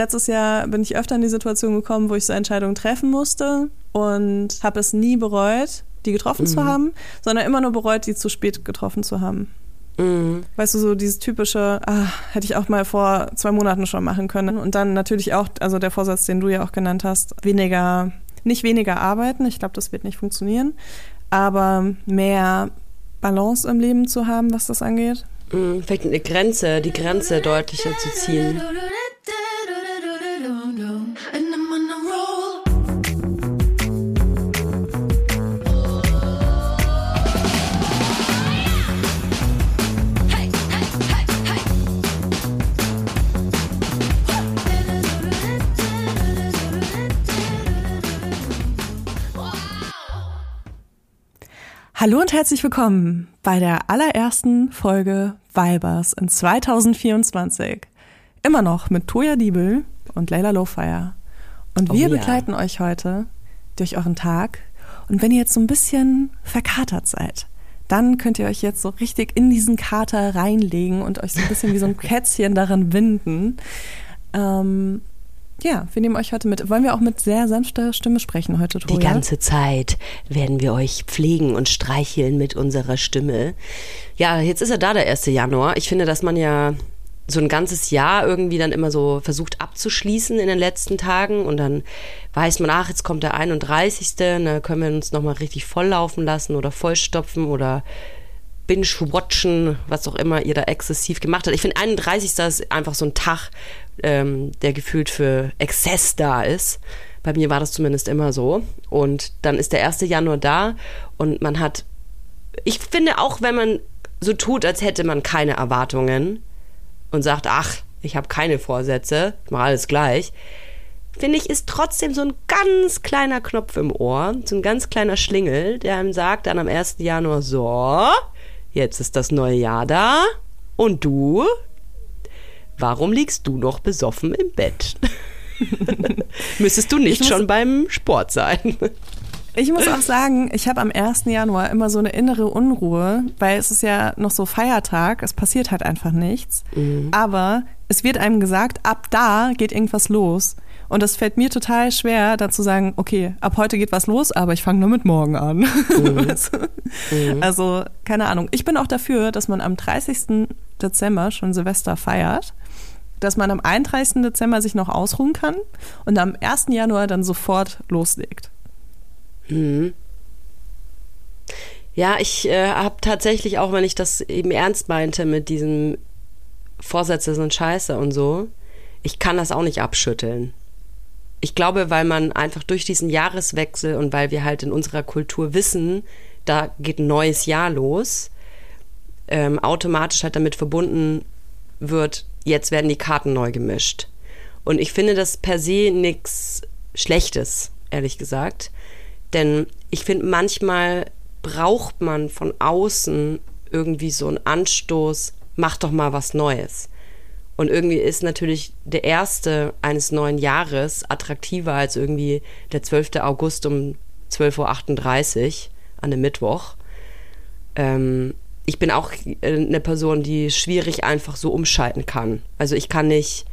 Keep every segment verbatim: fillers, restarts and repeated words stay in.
Letztes Jahr bin ich öfter in die Situation gekommen, wo ich so Entscheidungen treffen musste und habe es nie bereut, die getroffen mhm. zu haben, sondern immer nur bereut, die zu spät getroffen zu haben. Mhm. Weißt du, so dieses typische, ah, hätte ich auch mal vor zwei Monaten schon machen können. Und dann natürlich auch, also der Vorsatz, den du ja auch genannt hast, weniger, nicht weniger arbeiten, ich glaube, das wird nicht funktionieren, aber mehr Balance im Leben zu haben, was das angeht. Mhm, vielleicht eine Grenze, die Grenze deutlicher zu ziehen. Hallo und herzlich willkommen bei der allerersten Folge Vibers in zwanzig vierundzwanzig. Immer noch mit Toja Diebel und Layla Lowfire. Und wir oh, ja. begleiten euch heute durch euren Tag. Und wenn ihr jetzt so ein bisschen verkatert seid, dann könnt ihr euch jetzt so richtig in diesen Kater reinlegen und euch so ein bisschen wie so ein Kätzchen daran winden. Ähm... Ja, wir nehmen euch heute mit. Wollen wir auch mit sehr sanfter Stimme sprechen heute, Toja? Die ganze Zeit werden wir euch pflegen und streicheln mit unserer Stimme. Ja, jetzt ist ja da der erste Januar. Ich finde, dass man ja so ein ganzes Jahr irgendwie dann immer so versucht abzuschließen in den letzten Tagen und dann weiß man, ach, jetzt kommt der einunddreißigste Da können wir uns nochmal richtig volllaufen lassen oder vollstopfen oder binge-watchen, was auch immer ihr da exzessiv gemacht habt. Ich finde, einunddreißigster ist einfach so ein Tag, ähm, der gefühlt für Exzess da ist. Bei mir war das zumindest immer so. Und dann ist der erste Januar da und man hat, ich finde auch, wenn man so tut, als hätte man keine Erwartungen und sagt, ach, ich habe keine Vorsätze, ich mache alles gleich, finde ich, ist trotzdem so ein ganz kleiner Knopf im Ohr, so ein ganz kleiner Schlingel, der einem sagt dann am ersten Januar so, jetzt ist das neue Jahr da und du, warum liegst du noch besoffen im Bett? Müsstest du nicht muss, schon beim Sport sein? Ich muss auch sagen, ich habe am ersten Januar immer so eine innere Unruhe, weil es ist ja noch so Feiertag, es passiert halt einfach nichts. Mhm. Aber es wird einem gesagt, ab da geht irgendwas los. Und das fällt mir total schwer, da zu sagen, okay, ab heute geht was los, aber ich fange nur mit morgen an. Mhm. Weißt du? Mhm. Also, keine Ahnung. Ich bin auch dafür, dass man am dreißigsten Dezember schon Silvester feiert, dass man am einunddreißigsten Dezember sich noch ausruhen kann und am ersten Januar dann sofort loslegt. Mhm. Ja, ich äh, habe tatsächlich, auch wenn ich das eben ernst meinte mit diesem Vorsätze sind scheiße und so, ich kann das auch nicht abschütteln. Ich glaube, weil man einfach durch diesen Jahreswechsel und weil wir halt in unserer Kultur wissen, da geht ein neues Jahr los, ähm, automatisch halt damit verbunden wird, jetzt werden die Karten neu gemischt. Und ich finde das per se nichts Schlechtes, ehrlich gesagt. Denn ich finde, manchmal braucht man von außen irgendwie so einen Anstoß, mach doch mal was Neues. Und irgendwie ist natürlich der erste eines neuen Jahres attraktiver als irgendwie der zwölfte August um zwölf Uhr achtunddreißig an einem Mittwoch. Ähm, ich bin auch eine Person, die schwierig einfach so umschalten kann. Also ich kann nicht,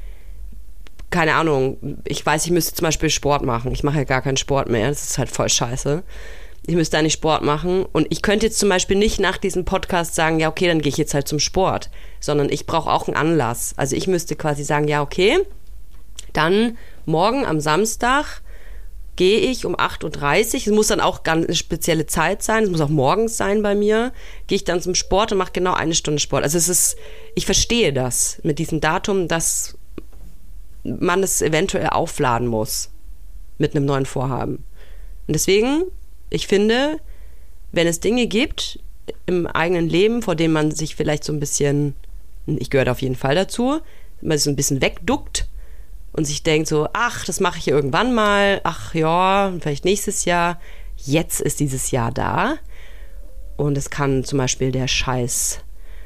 keine Ahnung, ich weiß, ich müsste zum Beispiel Sport machen. Ich mache ja gar keinen Sport mehr, das ist halt voll scheiße. Ich müsste da nicht Sport machen und ich könnte jetzt zum Beispiel nicht nach diesem Podcast sagen, ja okay, dann gehe ich jetzt halt zum Sport, sondern ich brauche auch einen Anlass. Also ich müsste quasi sagen, ja okay, dann morgen am Samstag gehe ich um acht Uhr dreißig, es muss dann auch ganz eine spezielle Zeit sein, es muss auch morgens sein bei mir, gehe ich dann zum Sport und mache genau eine Stunde Sport. Also es ist, ich verstehe das mit diesem Datum, dass man es eventuell aufladen muss mit einem neuen Vorhaben. Und deswegen, ich finde, wenn es Dinge gibt im eigenen Leben, vor denen man sich vielleicht so ein bisschen, ich gehöre auf jeden Fall dazu, man sich so ein bisschen wegduckt und sich denkt so, ach, das mache ich irgendwann mal, ach ja, vielleicht nächstes Jahr, jetzt ist dieses Jahr da und es kann zum Beispiel der Scheiß,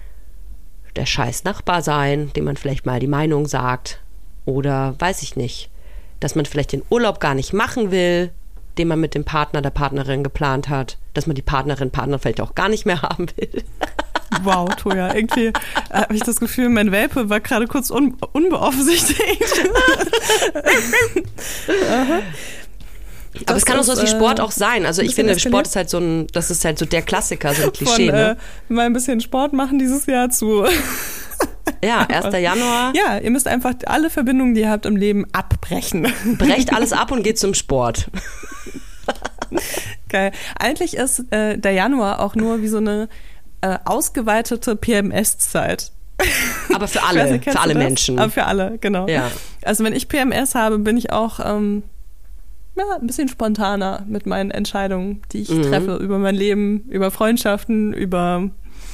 der Scheiß Nachbar sein, dem man vielleicht mal die Meinung sagt oder weiß ich nicht, dass man vielleicht den Urlaub gar nicht machen will, den man mit dem Partner, der Partnerin geplant hat, dass man die Partnerin, Partner vielleicht auch gar nicht mehr haben will. Wow, Toja, irgendwie äh, habe ich das Gefühl, mein Welpe war gerade kurz un- unbeaufsichtigt. Aber es kann auch so was wie Sport auch sein. Also ich finde, Sport ist halt so ein, das ist halt so der Klassiker, so ein Klischee. Von, ne? äh, mal ein bisschen Sport machen dieses Jahr zu... Ja, erster Januar. Ja, ihr müsst einfach alle Verbindungen, die ihr habt im Leben, abbrechen. Brecht alles ab und geht zum Sport. Geil. Eigentlich ist äh, der Januar auch nur wie so eine äh, ausgeweitete P M S-Zeit. Aber für alle, nicht, für alle Menschen. Aber für alle, genau. Ja. Also wenn ich P M S habe, bin ich auch ähm, ja, ein bisschen spontaner mit meinen Entscheidungen, die ich mhm. treffe über mein Leben, über Freundschaften, über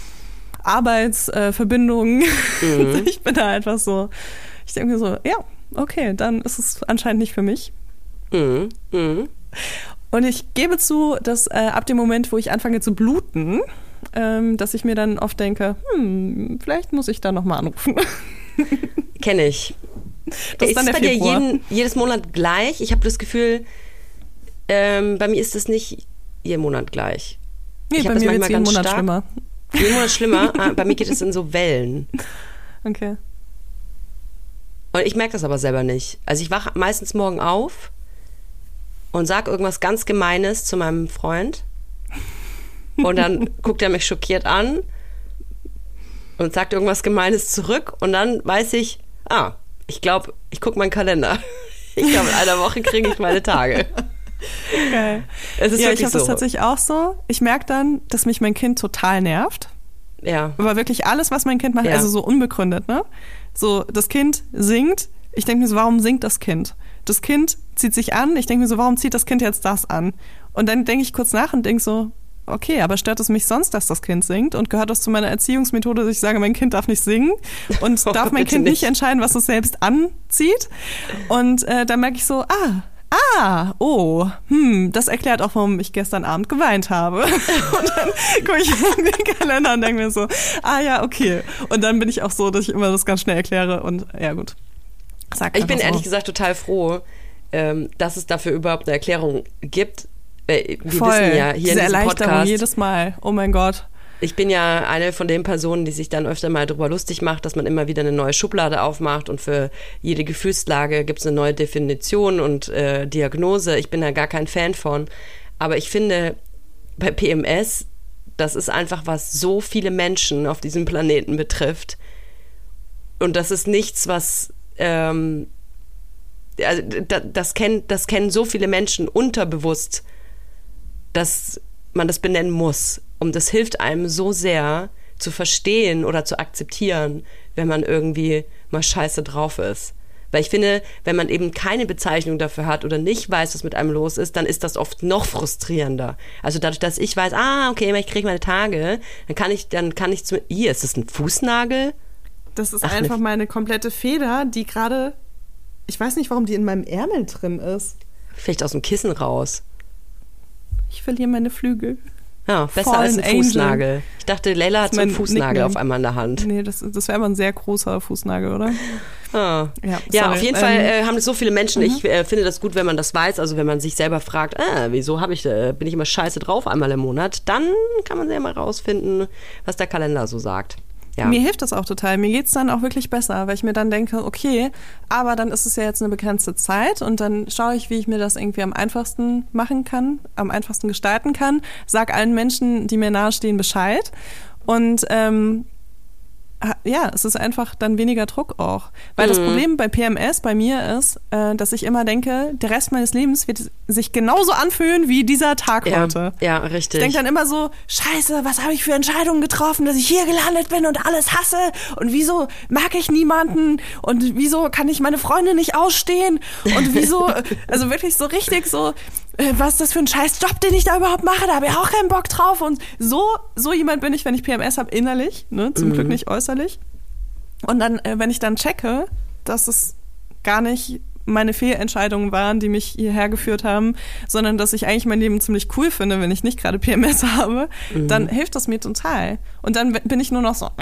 Arbeitsverbindungen. Äh, mhm. Ich bin da einfach so, ich denke mir so, ja, okay, dann ist es anscheinend nicht für mich. Mhm. Mhm. Und ich gebe zu, dass äh, ab dem Moment, wo ich anfange zu bluten, ähm, dass ich mir dann oft denke, hm, vielleicht muss ich da nochmal anrufen. Kenne ich. Das ist, ist es der bei dir Februar. jeden, jedes Monat gleich? Ich habe das Gefühl, ähm, bei mir ist es nicht jeden Monat gleich. Nee, ich bei das mir wird es jeden Monat stark. schlimmer. Jeden Monat schlimmer? Ah, bei mir geht es in so Wellen. Okay. Und ich merke das aber selber nicht. Also ich wache meistens morgen auf und sage irgendwas ganz Gemeines zu meinem Freund und dann guckt er mich schockiert an und sagt irgendwas Gemeines zurück und dann weiß ich, ah, ich glaube, ich gucke meinen Kalender. Ich glaube, in einer Woche kriege ich meine Tage. Geil. Es ist ja, wirklich ich habe so. das tatsächlich auch so. Ich merke dann, dass mich mein Kind total nervt. Ja. Aber wirklich alles, was mein Kind macht, Ja. also so unbegründet, ne? So, das Kind singt. Ich denke mir so, warum singt das Kind? Das Kind zieht sich an. Ich denke mir so, warum zieht das Kind jetzt das an? Und dann denke ich kurz nach und denke so, okay, aber stört es mich sonst, dass das Kind singt? Und gehört das zu meiner Erziehungsmethode, dass ich sage, mein Kind darf nicht singen? Und Oh, darf mein bitte Kind nicht nicht. entscheiden, was es selbst anzieht? Und äh, dann merke ich so, ah, Ah, oh, hm, das erklärt auch, warum ich gestern Abend geweint habe. Und dann gucke ich in den Kalender und denke mir so, ah ja, okay. Und dann bin ich auch so, dass ich immer das ganz schnell erkläre und ja gut. Sag Ich bin einfach ehrlich so. gesagt total froh, ähm, dass es dafür überhaupt eine Erklärung gibt. Äh, Wir Voll, wissen ja hier diese in diesem Erleichterung Podcast, jedes Mal. Oh mein Gott. ich bin ja eine von den Personen, die sich dann öfter mal darüber lustig macht, dass man immer wieder eine neue Schublade aufmacht und für jede Gefühlslage gibt es eine neue Definition und äh, Diagnose. Ich bin da gar kein Fan von. Aber ich finde, bei P M S, das ist einfach, was so viele Menschen auf diesem Planeten betrifft. Und das ist nichts, was... Ähm, also das, das, kennen, das kennen so viele Menschen unterbewusst, dass man das benennen muss. Und das hilft einem so sehr zu verstehen oder zu akzeptieren, wenn man irgendwie mal scheiße drauf ist. Weil ich finde, wenn man eben keine Bezeichnung dafür hat oder nicht weiß, was mit einem los ist, dann ist das oft noch frustrierender. Also dadurch, dass ich weiß, ah, okay, ich kriege meine Tage, dann kann ich, dann kann ich zu, hier, ist das ein Fußnagel? Das ist Ach, einfach ne- meine komplette Feder, die gerade, ich weiß nicht, warum die in meinem Ärmel drin ist. Vielleicht aus dem Kissen raus. Ich verliere meine Flügel. Ja, besser Fallen als ein Angel. Fußnagel. Ich dachte, Leila hat Das so ist einen mein Fußnagel Nickname. auf einmal in der Hand. Nee, das, das wäre aber ein sehr großer Fußnagel, oder? Ah. Ja, Ja, sorry. auf jeden Ähm, Fall äh, haben das so viele Menschen. Ich äh, finde das gut, wenn man das weiß. Also wenn man sich selber fragt, ah, wieso hab ich, äh, bin ich immer scheiße drauf einmal im Monat, dann kann man sehr mal rausfinden, was der Kalender so sagt. Ja. Mir hilft das auch total. Mir geht's dann auch wirklich besser, weil ich mir dann denke, okay, aber dann ist es ja jetzt eine begrenzte Zeit und dann schaue ich, wie ich mir das irgendwie am einfachsten machen kann, am einfachsten gestalten kann, sag allen Menschen, die mir nahestehen, Bescheid und ähm, ja, es ist einfach dann weniger Druck auch. Weil Mhm. das Problem bei P M S bei mir ist, äh, dass ich immer denke, der Rest meines Lebens wird sich genauso anfühlen wie dieser Tag ja, heute. ja, richtig. Ich denke dann immer so, scheiße, was habe ich für Entscheidungen getroffen, dass ich hier gelandet bin und alles hasse und wieso mag ich niemanden und wieso kann ich meine Freunde nicht ausstehen und wieso, also wirklich so richtig so, äh, was ist das für ein scheiß Job, den ich da überhaupt mache, da habe ich auch keinen Bock drauf und so, so jemand bin ich, wenn ich P M S habe, innerlich, ne, zum Mhm. Glück nicht äußerlich. Und dann, äh, wenn ich dann checke, dass es gar nicht meine Fehlentscheidungen waren, die mich hierher geführt haben, sondern dass ich eigentlich mein Leben ziemlich cool finde, wenn ich nicht gerade P M S habe, Mhm. dann hilft das mir total. Und dann bin ich nur noch so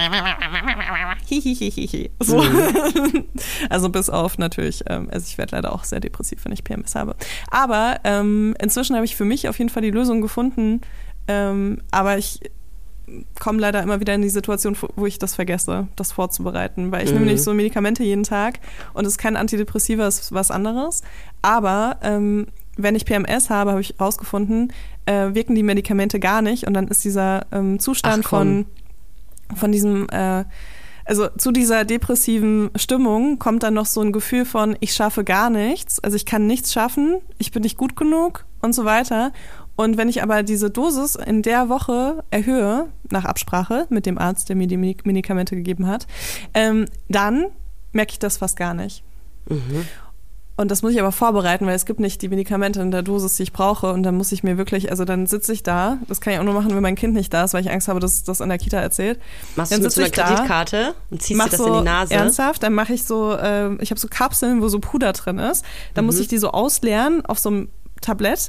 hihihihihi. So. Mhm. Also bis auf natürlich, ähm, also ich werde leider auch sehr depressiv, wenn ich P M S habe. Aber ähm, inzwischen habe ich für mich auf jeden Fall die Lösung gefunden. Ähm, aber ich komme leider immer wieder in die Situation, wo ich das vergesse, das vorzubereiten. Weil ich Mhm. nehme nicht so Medikamente jeden Tag und es ist kein Antidepressiva, es ist was anderes. Aber ähm, wenn ich P M S habe, habe ich rausgefunden, äh, wirken die Medikamente gar nicht und dann ist dieser ähm, Zustand Ach, komm. von, von diesem, äh, also zu dieser depressiven Stimmung kommt dann noch so ein Gefühl von, ich schaffe gar nichts, also ich kann nichts schaffen, ich bin nicht gut genug und so weiter. Und wenn ich aber diese Dosis in der Woche erhöhe, nach Absprache mit dem Arzt, der mir die Medikamente gegeben hat, ähm, dann merke ich das fast gar nicht. Mhm. Und das muss ich aber vorbereiten, weil es gibt nicht die Medikamente in der Dosis, die ich brauche. Und dann muss ich mir wirklich, also dann sitze ich da, das kann ich auch nur machen, wenn mein Kind nicht da ist, weil ich Angst habe, dass das an der Kita erzählt. Machst dann du mit so einer Kreditkarte und ziehst dir das so in die Nase? Ernsthaft, dann mache ich so, äh, ich habe so Kapseln, wo so Puder drin ist. Dann Mhm. muss ich die so ausleeren auf so einem Tablett.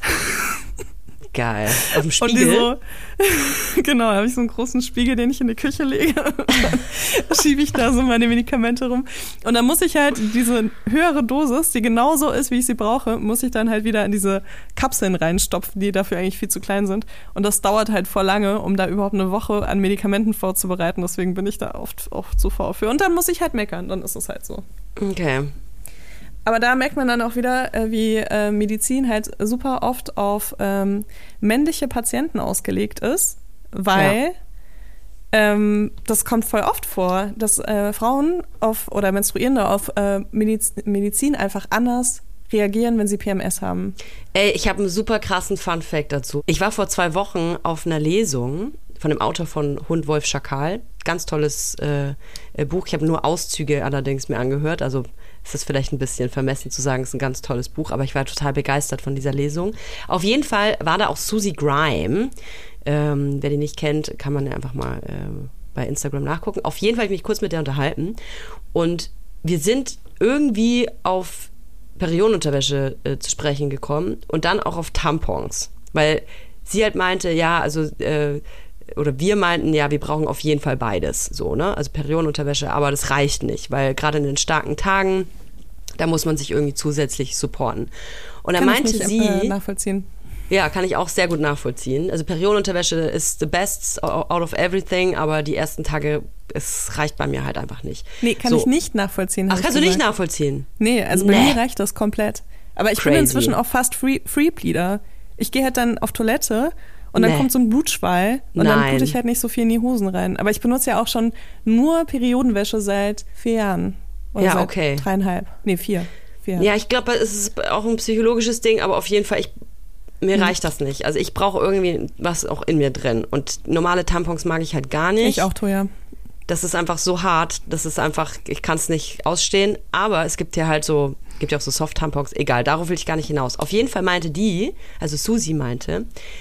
Geil. Auf dem Und Spiegel? die so, genau, da habe ich so einen großen Spiegel, den ich in die Küche lege. Und dann schiebe ich da so meine Medikamente rum. Und dann muss ich halt diese höhere Dosis, die genauso ist, wie ich sie brauche, muss ich dann halt wieder in diese Kapseln reinstopfen, die dafür eigentlich viel zu klein sind. Und das dauert halt voll lange, um da überhaupt eine Woche an Medikamenten vorzubereiten. Deswegen bin ich da oft, oft zu faul für. Und dann muss ich halt meckern, dann ist es halt so. Okay. Aber da merkt man dann auch wieder, äh, wie äh, Medizin halt super oft auf ähm, männliche Patienten ausgelegt ist, weil Ja. ähm, das kommt voll oft vor, dass äh, Frauen auf oder Menstruierende auf äh, Mediz- Medizin einfach anders reagieren, wenn sie P M S haben. Ey, ich habe einen super krassen Fun-Fact dazu. Ich war vor zwei Wochen auf einer Lesung von dem Autor von Hund, Wolf, Schakal. Ganz tolles äh, Buch. Ich habe nur Auszüge allerdings mir angehört. Also ist das vielleicht ein bisschen vermessen zu sagen, es ist ein ganz tolles Buch, aber ich war total begeistert von dieser Lesung. Auf jeden Fall war da auch Susie Grime. Ähm, wer die nicht kennt, kann man ja einfach mal äh, bei Instagram nachgucken. Auf jeden Fall habe ich mich kurz mit der unterhalten. Und wir sind irgendwie auf Periodenunterwäsche äh, zu sprechen gekommen und dann auch auf Tampons. Weil sie halt meinte, ja, also äh, oder wir meinten, ja, wir brauchen auf jeden Fall beides, so, ne? Also Periodenunterwäsche, aber das reicht nicht, weil gerade in den starken Tagen, da muss man sich irgendwie zusätzlich supporten. Und da Kann meinte ich nicht, sie, äh, nachvollziehen. ja, kann ich auch sehr gut nachvollziehen. Also Periodenunterwäsche ist the best out of everything, aber die ersten Tage, es reicht bei mir halt einfach nicht. Nee, kann so. ich nicht nachvollziehen. Ach, hab ich kannst du nicht gesagt. nachvollziehen? Nee, also bei Nee. mir reicht das komplett. Aber ich Crazy. bin inzwischen auch fast free, Free-Bleeder. Ich gehe halt dann auf Toilette und dann Nee. kommt so ein Blutschwall und Nein. dann blute ich halt nicht so viel in die Hosen rein. Aber ich benutze ja auch schon nur Periodenwäsche seit vier Jahren. Oder Ja, seit okay. dreieinhalb. Nee, vier. vier Jahre. Ja, ich glaube, es ist auch ein psychologisches Ding, aber auf jeden Fall, ich, mir reicht das nicht. Also ich brauche irgendwie was auch in mir drin. Und normale Tampons mag ich halt gar nicht. Ich auch, Toja. Das ist einfach so hart, das ist einfach, ich kann es nicht ausstehen. Aber es gibt ja halt so, gibt ja auch so Soft-Tampons, egal, darauf will ich gar nicht hinaus. Auf jeden Fall meinte die, also Susi meinte,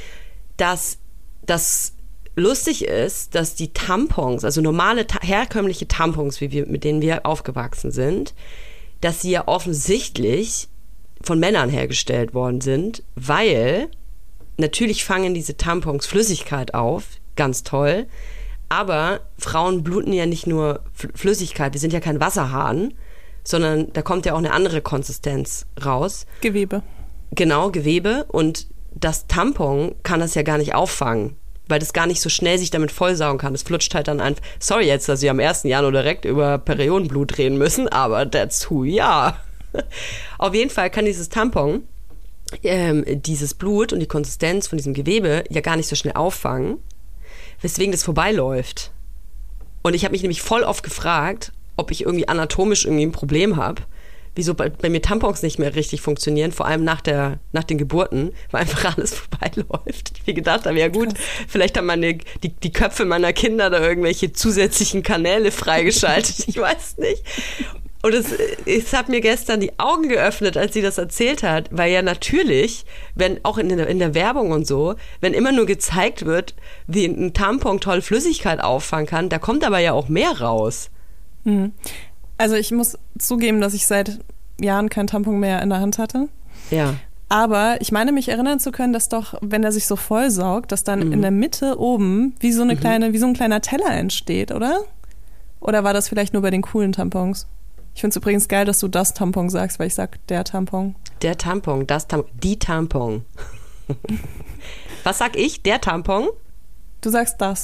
dass das lustig ist, dass die Tampons, also normale, ta- herkömmliche Tampons, wie wir, mit denen wir aufgewachsen sind, dass sie ja offensichtlich von Männern hergestellt worden sind, weil natürlich fangen diese Tampons Flüssigkeit auf, ganz toll, aber Frauen bluten ja nicht nur F- Flüssigkeit, wir sind ja kein Wasserhahn, sondern da kommt ja auch eine andere Konsistenz raus. Gewebe. Genau, Gewebe, und das Tampon kann das ja gar nicht auffangen, weil das gar nicht so schnell sich damit vollsaugen kann. Das flutscht halt dann einfach. Sorry jetzt, dass wir am ersten Januar direkt über Periodenblut reden müssen, aber that's who we are. Auf jeden Fall kann dieses Tampon ähm, dieses Blut und die Konsistenz von diesem Gewebe ja gar nicht so schnell auffangen, weswegen das vorbeiläuft. Und ich habe mich nämlich voll oft gefragt, ob ich irgendwie anatomisch irgendwie ein Problem habe, wieso bei, bei mir Tampons nicht mehr richtig funktionieren, vor allem nach, der, nach den Geburten, weil einfach alles vorbeiläuft. Ich mir gedacht habe, ja gut, vielleicht haben meine, die, die Köpfe meiner Kinder da irgendwelche zusätzlichen Kanäle freigeschaltet, ich weiß nicht. Und es, es hat mir gestern die Augen geöffnet, als sie das erzählt hat, weil ja natürlich, wenn auch in der, in der Werbung und so, wenn immer nur gezeigt wird, wie ein Tampon toll Flüssigkeit auffangen kann, da kommt aber ja auch mehr raus. Mhm. Also ich muss zugeben, dass ich seit Jahren kein Tampon mehr in der Hand hatte. Ja. Aber ich meine, mich erinnern zu können, dass doch, wenn er sich so vollsaugt, dass dann Mhm. in der Mitte oben wie so eine Mhm. kleine, wie so ein kleiner Teller entsteht, oder? Oder war das vielleicht nur bei den coolen Tampons? Ich finde es übrigens geil, dass du das Tampon sagst, weil ich sag der Tampon. Der Tampon, das Tampon, die Tampon. Was sag ich? Der Tampon? Du sagst das.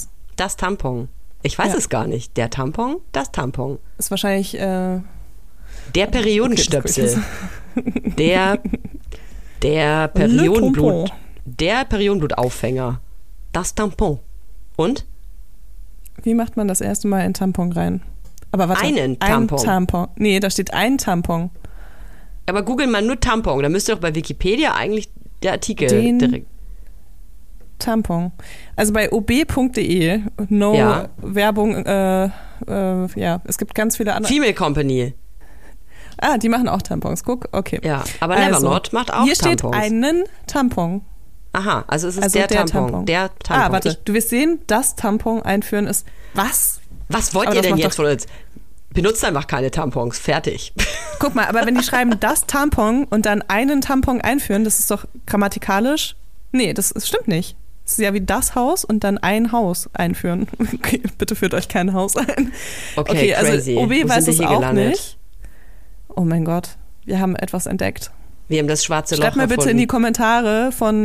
das Tampon? Ich weiß Ja. es gar nicht. Der Tampon, das Tampon. Ist wahrscheinlich äh, Der Periodenstöpsel. Okay, der der Periodenblut. Der Periodenblutauffänger. Das Tampon. Und? wie macht man das erste Mal ein Tampon rein? Aber warte, Einen Tampon. Ein Tampon. Nee, da steht ein Tampon. Aber google mal nur Tampon. Da müsste doch bei Wikipedia eigentlich der Artikel Den direkt. Tampon. Also bei ob punkt de, no Ja. Werbung, äh, äh, ja, es gibt ganz viele andere. Female Company. Ah, die machen auch Tampons, guck, okay. Ja, aber Nevernot macht auch hier Tampons. Hier steht einen Tampon. Aha, also es ist Also der, der Tampon. Tampon. Der Tampon. Ah, warte, Ich, du wirst sehen, das Tampon einführen ist, was? was wollt Aber ihr das denn macht jetzt von uns? Benutzt einfach keine Tampons, fertig. Guck mal, aber wenn die schreiben das Tampon und dann einen Tampon einführen, das ist doch grammatikalisch, nee, das, das stimmt nicht. Das ist ja wie das Haus und dann ein Haus einführen. Okay, bitte führt euch kein Haus ein. Okay, crazy. Also O B Wo weiß sind es wir hier auch gelandet? nicht. Oh mein Gott, wir haben etwas entdeckt. Wir haben das schwarze Loch Schreibt mal erfunden. bitte in die Kommentare von,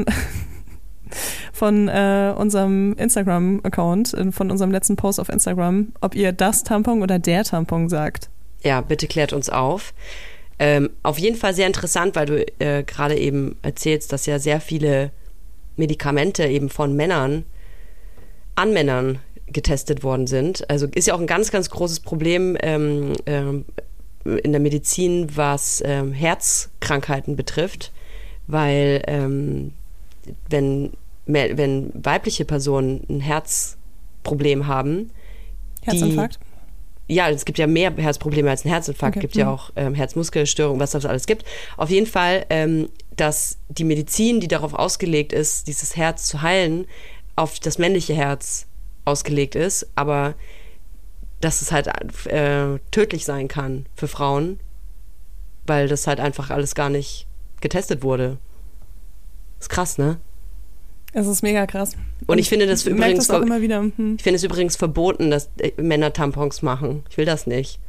von äh, unserem Instagram-Account, äh, von unserem letzten Post auf Instagram, ob ihr das Tampon oder der Tampon sagt. Ja, bitte klärt uns auf. Ähm, auf jeden Fall sehr interessant, weil du äh, gerade eben erzählst, dass ja sehr viele Medikamente eben von Männern an Männern getestet worden sind. Also ist ja auch ein ganz, ganz großes Problem ähm, ähm, in der Medizin, was ähm, Herzkrankheiten betrifft, weil ähm, wenn, wenn weibliche Personen ein Herzproblem haben, Herzinfarkt? Die, ja, es gibt ja mehr Herzprobleme als ein Herzinfarkt. Es Okay. gibt ja Mhm. auch ähm, Herzmuskelstörungen, was das alles gibt. Auf jeden Fall, ähm, dass die Medizin, die darauf ausgelegt ist, dieses Herz zu heilen, auf das männliche Herz ausgelegt ist, aber dass es halt äh, tödlich sein kann für Frauen, weil das halt einfach alles gar nicht getestet wurde. Ist krass, ne? Es ist mega krass. Und ich finde das ich merke übrigens das auch ver- immer wieder. Hm. Ich finde es übrigens verboten, dass äh, Männer Tampons machen. Ich will das nicht.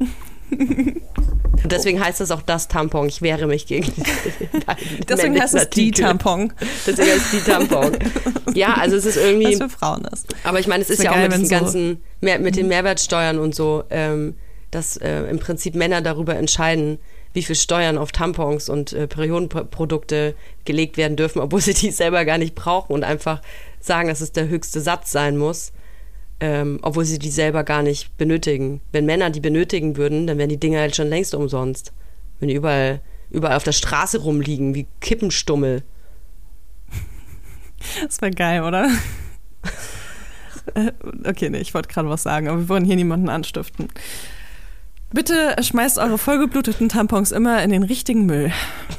Und deswegen heißt das auch das Tampon. Ich wehre mich gegen den Deswegen männlichen heißt es die Artikel. Tampon. Deswegen heißt es die Tampon. Ja, also es ist irgendwie... Was für Frauen ist. Aber ich meine, es ist wär ja auch geil, mit diesen wenn so- ganzen, mehr, mit den Mehrwertsteuern und so, ähm, dass äh, im Prinzip Männer darüber entscheiden, wie viel Steuern auf Tampons und äh, Periodenprodukte gelegt werden dürfen, obwohl sie die selber gar nicht brauchen und einfach sagen, dass es der höchste Satz sein muss, ähm, obwohl sie die selber gar nicht benötigen. Wenn Männer die benötigen würden, dann wären die Dinger halt schon längst umsonst. Wenn die überall, überall auf der Straße rumliegen, wie Kippenstummel. Das wäre geil, oder? Äh, okay, nee, ich wollte gerade was sagen, aber wir wollen hier niemanden anstiften. Bitte schmeißt eure vollgebluteten Tampons immer in den richtigen Müll.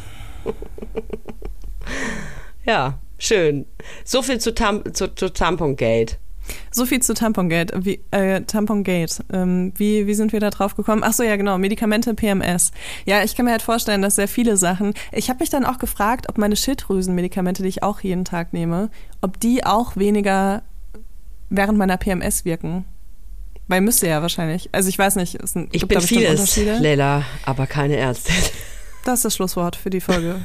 Ja, schön. So viel zu, Tam- zu, zu Tampongate. So viel zu Tampongate. Wie, äh, Tampongate. Ähm, wie, wie sind wir da drauf gekommen? Ach so, ja genau, Medikamente, P M S. Ja, ich kann mir halt vorstellen, dass sehr viele Sachen... Ich habe mich dann auch gefragt, ob meine Schilddrüsenmedikamente, die ich auch jeden Tag nehme, ob die auch weniger während meiner P M S wirken. Weil müsste ja wahrscheinlich. Also ich weiß nicht. Es sind, Ich gibt bin da bestimmt vieles, Unterschiede. Leila, aber keine Ärztin. Das ist das Schlusswort für die Folge.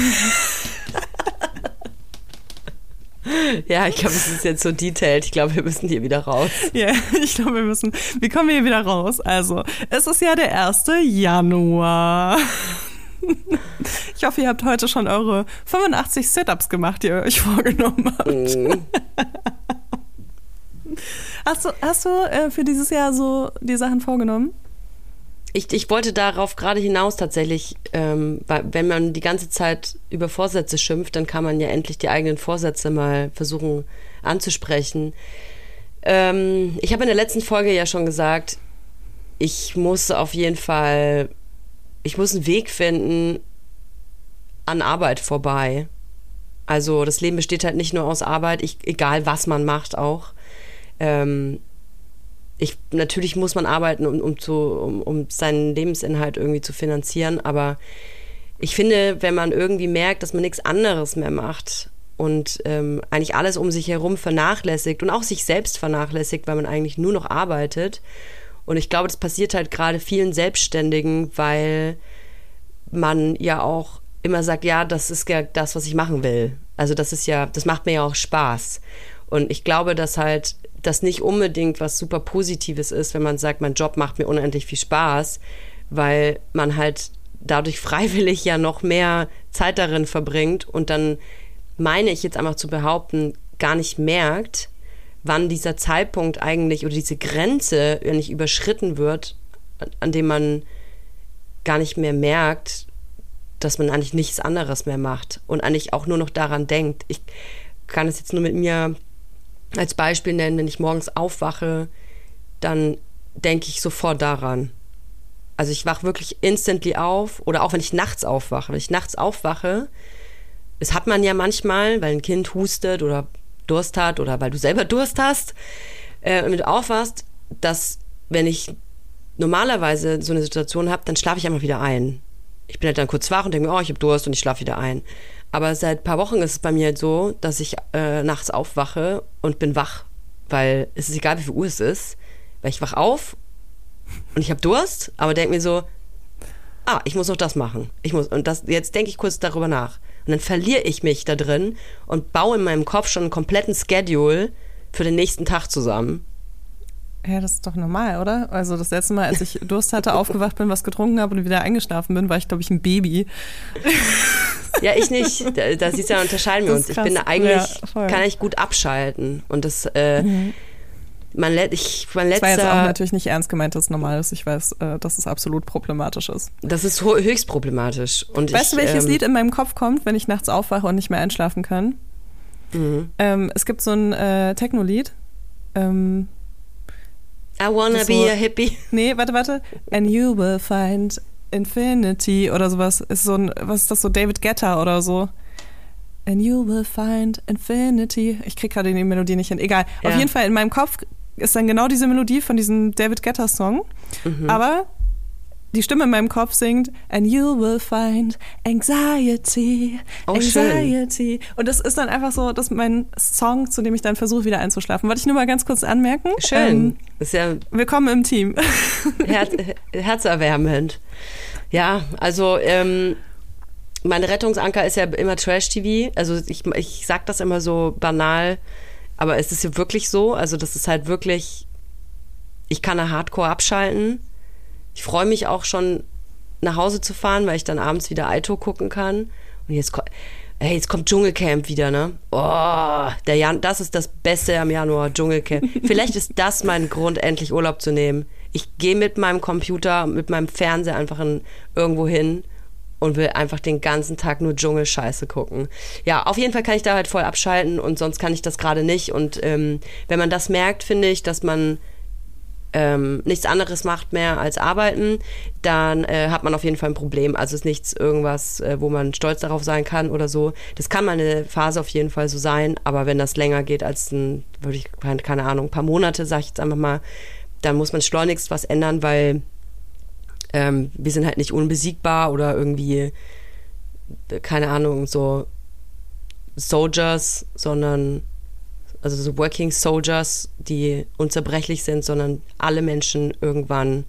Ja, ich glaube, es ist jetzt so detailed. Ich glaube, wir müssen hier wieder raus. Ja, ich glaube, wir müssen. Wie kommen wir hier wieder raus? Also, es ist ja der erste Januar. Ich hoffe, ihr habt heute schon eure fünfundachtzig Sit-Ups gemacht, die ihr euch vorgenommen habt. Mm. Hast du, hast du äh, für dieses Jahr so die Sachen vorgenommen? Ich, ich wollte darauf gerade hinaus tatsächlich, ähm, weil wenn man die ganze Zeit über Vorsätze schimpft, dann kann man ja endlich die eigenen Vorsätze mal versuchen anzusprechen. Ähm, ich habe in der letzten Folge ja schon gesagt, ich muss auf jeden Fall, ich muss einen Weg finden an Arbeit vorbei. Also das Leben besteht halt nicht nur aus Arbeit, ich, egal was man macht auch. Ähm, Ich, natürlich muss man arbeiten, um, um, zu, um, um seinen Lebensinhalt irgendwie zu finanzieren, aber ich finde, wenn man irgendwie merkt, dass man nichts anderes mehr macht und ähm, eigentlich alles um sich herum vernachlässigt und auch sich selbst vernachlässigt, weil man eigentlich nur noch arbeitet. Und ich glaube, das passiert halt gerade vielen Selbstständigen, weil man ja auch immer sagt, ja, das ist ja das, was ich machen will. Also das ist ja, das macht mir ja auch Spaß. Und ich glaube, dass halt das nicht unbedingt was super Positives ist, wenn man sagt, mein Job macht mir unendlich viel Spaß, weil man halt dadurch freiwillig ja noch mehr Zeit darin verbringt und dann, meine ich jetzt einfach zu behaupten, gar nicht merkt, wann dieser Zeitpunkt eigentlich oder diese Grenze nicht überschritten wird, an dem man gar nicht mehr merkt, dass man eigentlich nichts anderes mehr macht und eigentlich auch nur noch daran denkt. Ich kann es jetzt nur mit mir als Beispiel nennen, wenn ich morgens aufwache, dann denke ich sofort daran. Also ich wache wirklich instantly auf oder auch wenn ich nachts aufwache. Wenn ich nachts aufwache, das hat man ja manchmal, weil ein Kind hustet oder Durst hat oder weil du selber Durst hast, äh, wenn du aufwachst, dass wenn ich normalerweise so eine Situation habe, dann schlafe ich einfach wieder ein. Ich bin halt dann kurz wach und denke mir, oh, ich habe Durst und ich schlafe wieder ein. Aber seit ein paar Wochen ist es bei mir halt so, dass ich äh, nachts aufwache und bin wach, weil es ist egal, wie viel Uhr es ist, weil ich wach auf und ich habe Durst, aber denke mir so, ah, ich muss noch das machen. Ich muss, und das, jetzt denke ich kurz darüber nach. Und dann verliere ich mich da drin und baue in meinem Kopf schon einen kompletten Schedule für den nächsten Tag zusammen. Ja, das ist doch normal, oder? Also das letzte Mal, als ich Durst hatte, aufgewacht bin, was getrunken habe und wieder eingeschlafen bin, war ich, glaube ich, ein Baby. Ja, ich nicht. Da, da siehst du ja, unterscheiden wir uns. Ich bin da eigentlich, ja, kann ich gut abschalten. Und das, äh, mhm. mein, Le- ich, mein letzter... Das war jetzt auch natürlich nicht ernst gemeint, dass es normal ist. Ich weiß, äh, dass es absolut problematisch ist. Das ist ho- höchst problematisch. Und weißt ich, du, welches ähm, Lied in meinem Kopf kommt, wenn ich nachts aufwache und nicht mehr einschlafen kann? Mhm. Ähm, es gibt so ein äh, Techno-Lied. Ähm, I wanna so, be a hippie. Nee, warte, warte. And you will find infinity oder sowas. Ist so ein, was ist das, so David Guetta oder so? And you will find infinity. Ich krieg gerade die Melodie nicht hin. Egal. Ja. Auf jeden Fall in meinem Kopf ist dann genau diese Melodie von diesem David Guetta-Song. Mhm. Aber die Stimme in meinem Kopf singt And you will find anxiety, oh, anxiety. Schön. Und das ist dann einfach so, das ist mein Song, zu dem ich dann versuche, wieder einzuschlafen. Wollte ich nur mal ganz kurz anmerken. Schön. Ähm, ist ja willkommen im Team. Herz, herzerwärmend. Ja, also ähm, mein Rettungsanker ist ja immer Trash-T V. Also ich, ich sag das immer so banal, aber es ist ja wirklich so. Also das ist halt wirklich, ich kann da Hardcore abschalten. Ich freue mich auch schon, nach Hause zu fahren, weil ich dann abends wieder Aito gucken kann. Und jetzt, ey, jetzt kommt Dschungelcamp wieder, ne? Oh, der Jan, das ist das Beste am Januar, Dschungelcamp. Vielleicht ist das mein Grund, endlich Urlaub zu nehmen. Ich gehe mit meinem Computer, mit meinem Fernseher einfach in, irgendwo hin und will einfach den ganzen Tag nur Dschungelscheiße gucken. Ja, auf jeden Fall kann ich da halt voll abschalten und sonst kann ich das gerade nicht. Und ähm, wenn man das merkt, finde ich, dass man Ähm, nichts anderes macht mehr als arbeiten, dann äh, hat man auf jeden Fall ein Problem. Also ist nichts irgendwas, äh, wo man stolz darauf sein kann oder so. Das kann mal eine Phase auf jeden Fall so sein, aber wenn das länger geht als ein, würde ich, keine Ahnung, ein paar Monate, sag ich jetzt einfach mal, dann muss man schleunigst was ändern, weil ähm, wir sind halt nicht unbesiegbar oder irgendwie, keine Ahnung, so Soldiers, sondern also so Working Soldiers, die unzerbrechlich sind, sondern alle Menschen irgendwann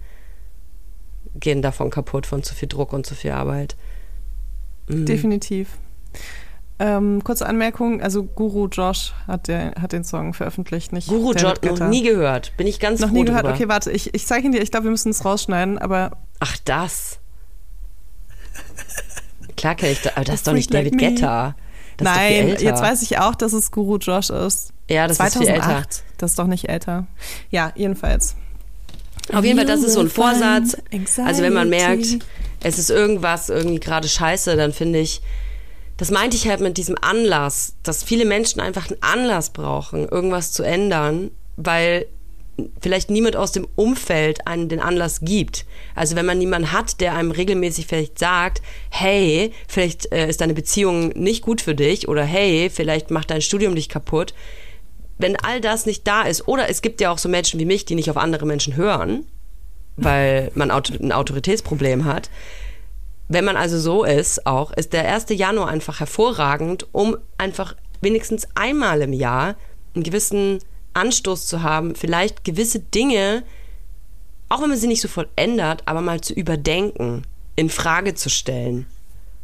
gehen davon kaputt, von zu viel Druck und zu viel Arbeit. Mhm. Definitiv. Ähm, kurze Anmerkung, also Guru Josh hat, der, hat den Song veröffentlicht, nicht Guru Josh, noch nie gehört. Bin ich ganz noch froh nie gehört. drüber. Okay, warte, ich, ich zeige ihn dir, ich glaube, wir müssen es rausschneiden, aber... Ach, das? Klar kenne ich das, aber das ist doch nicht David like Guetta. Das Nein, ist jetzt weiß ich auch, dass es Guru Josh ist. Ja, das zweitausendacht. Ist viel älter. Das ist doch nicht älter. Ja, jedenfalls. Auf jeden Fall, das ist so ein Vorsatz. Also wenn man merkt, es ist irgendwas irgendwie gerade scheiße, dann finde ich, das meinte ich halt mit diesem Anlass, dass viele Menschen einfach einen Anlass brauchen, irgendwas zu ändern, weil vielleicht niemand aus dem Umfeld einen den Anlass gibt. Also wenn man niemanden hat, der einem regelmäßig vielleicht sagt, hey, vielleicht äh, ist deine Beziehung nicht gut für dich oder hey, vielleicht macht dein Studium dich kaputt. Wenn all das nicht da ist, oder es gibt ja auch so Menschen wie mich, die nicht auf andere Menschen hören, weil man ein Autoritätsproblem hat. Wenn man also so ist, auch ist der erste Januar einfach hervorragend, um einfach wenigstens einmal im Jahr einen gewissen Anstoß zu haben, vielleicht gewisse Dinge, auch wenn man sie nicht sofort ändert, aber mal zu überdenken, in Frage zu stellen.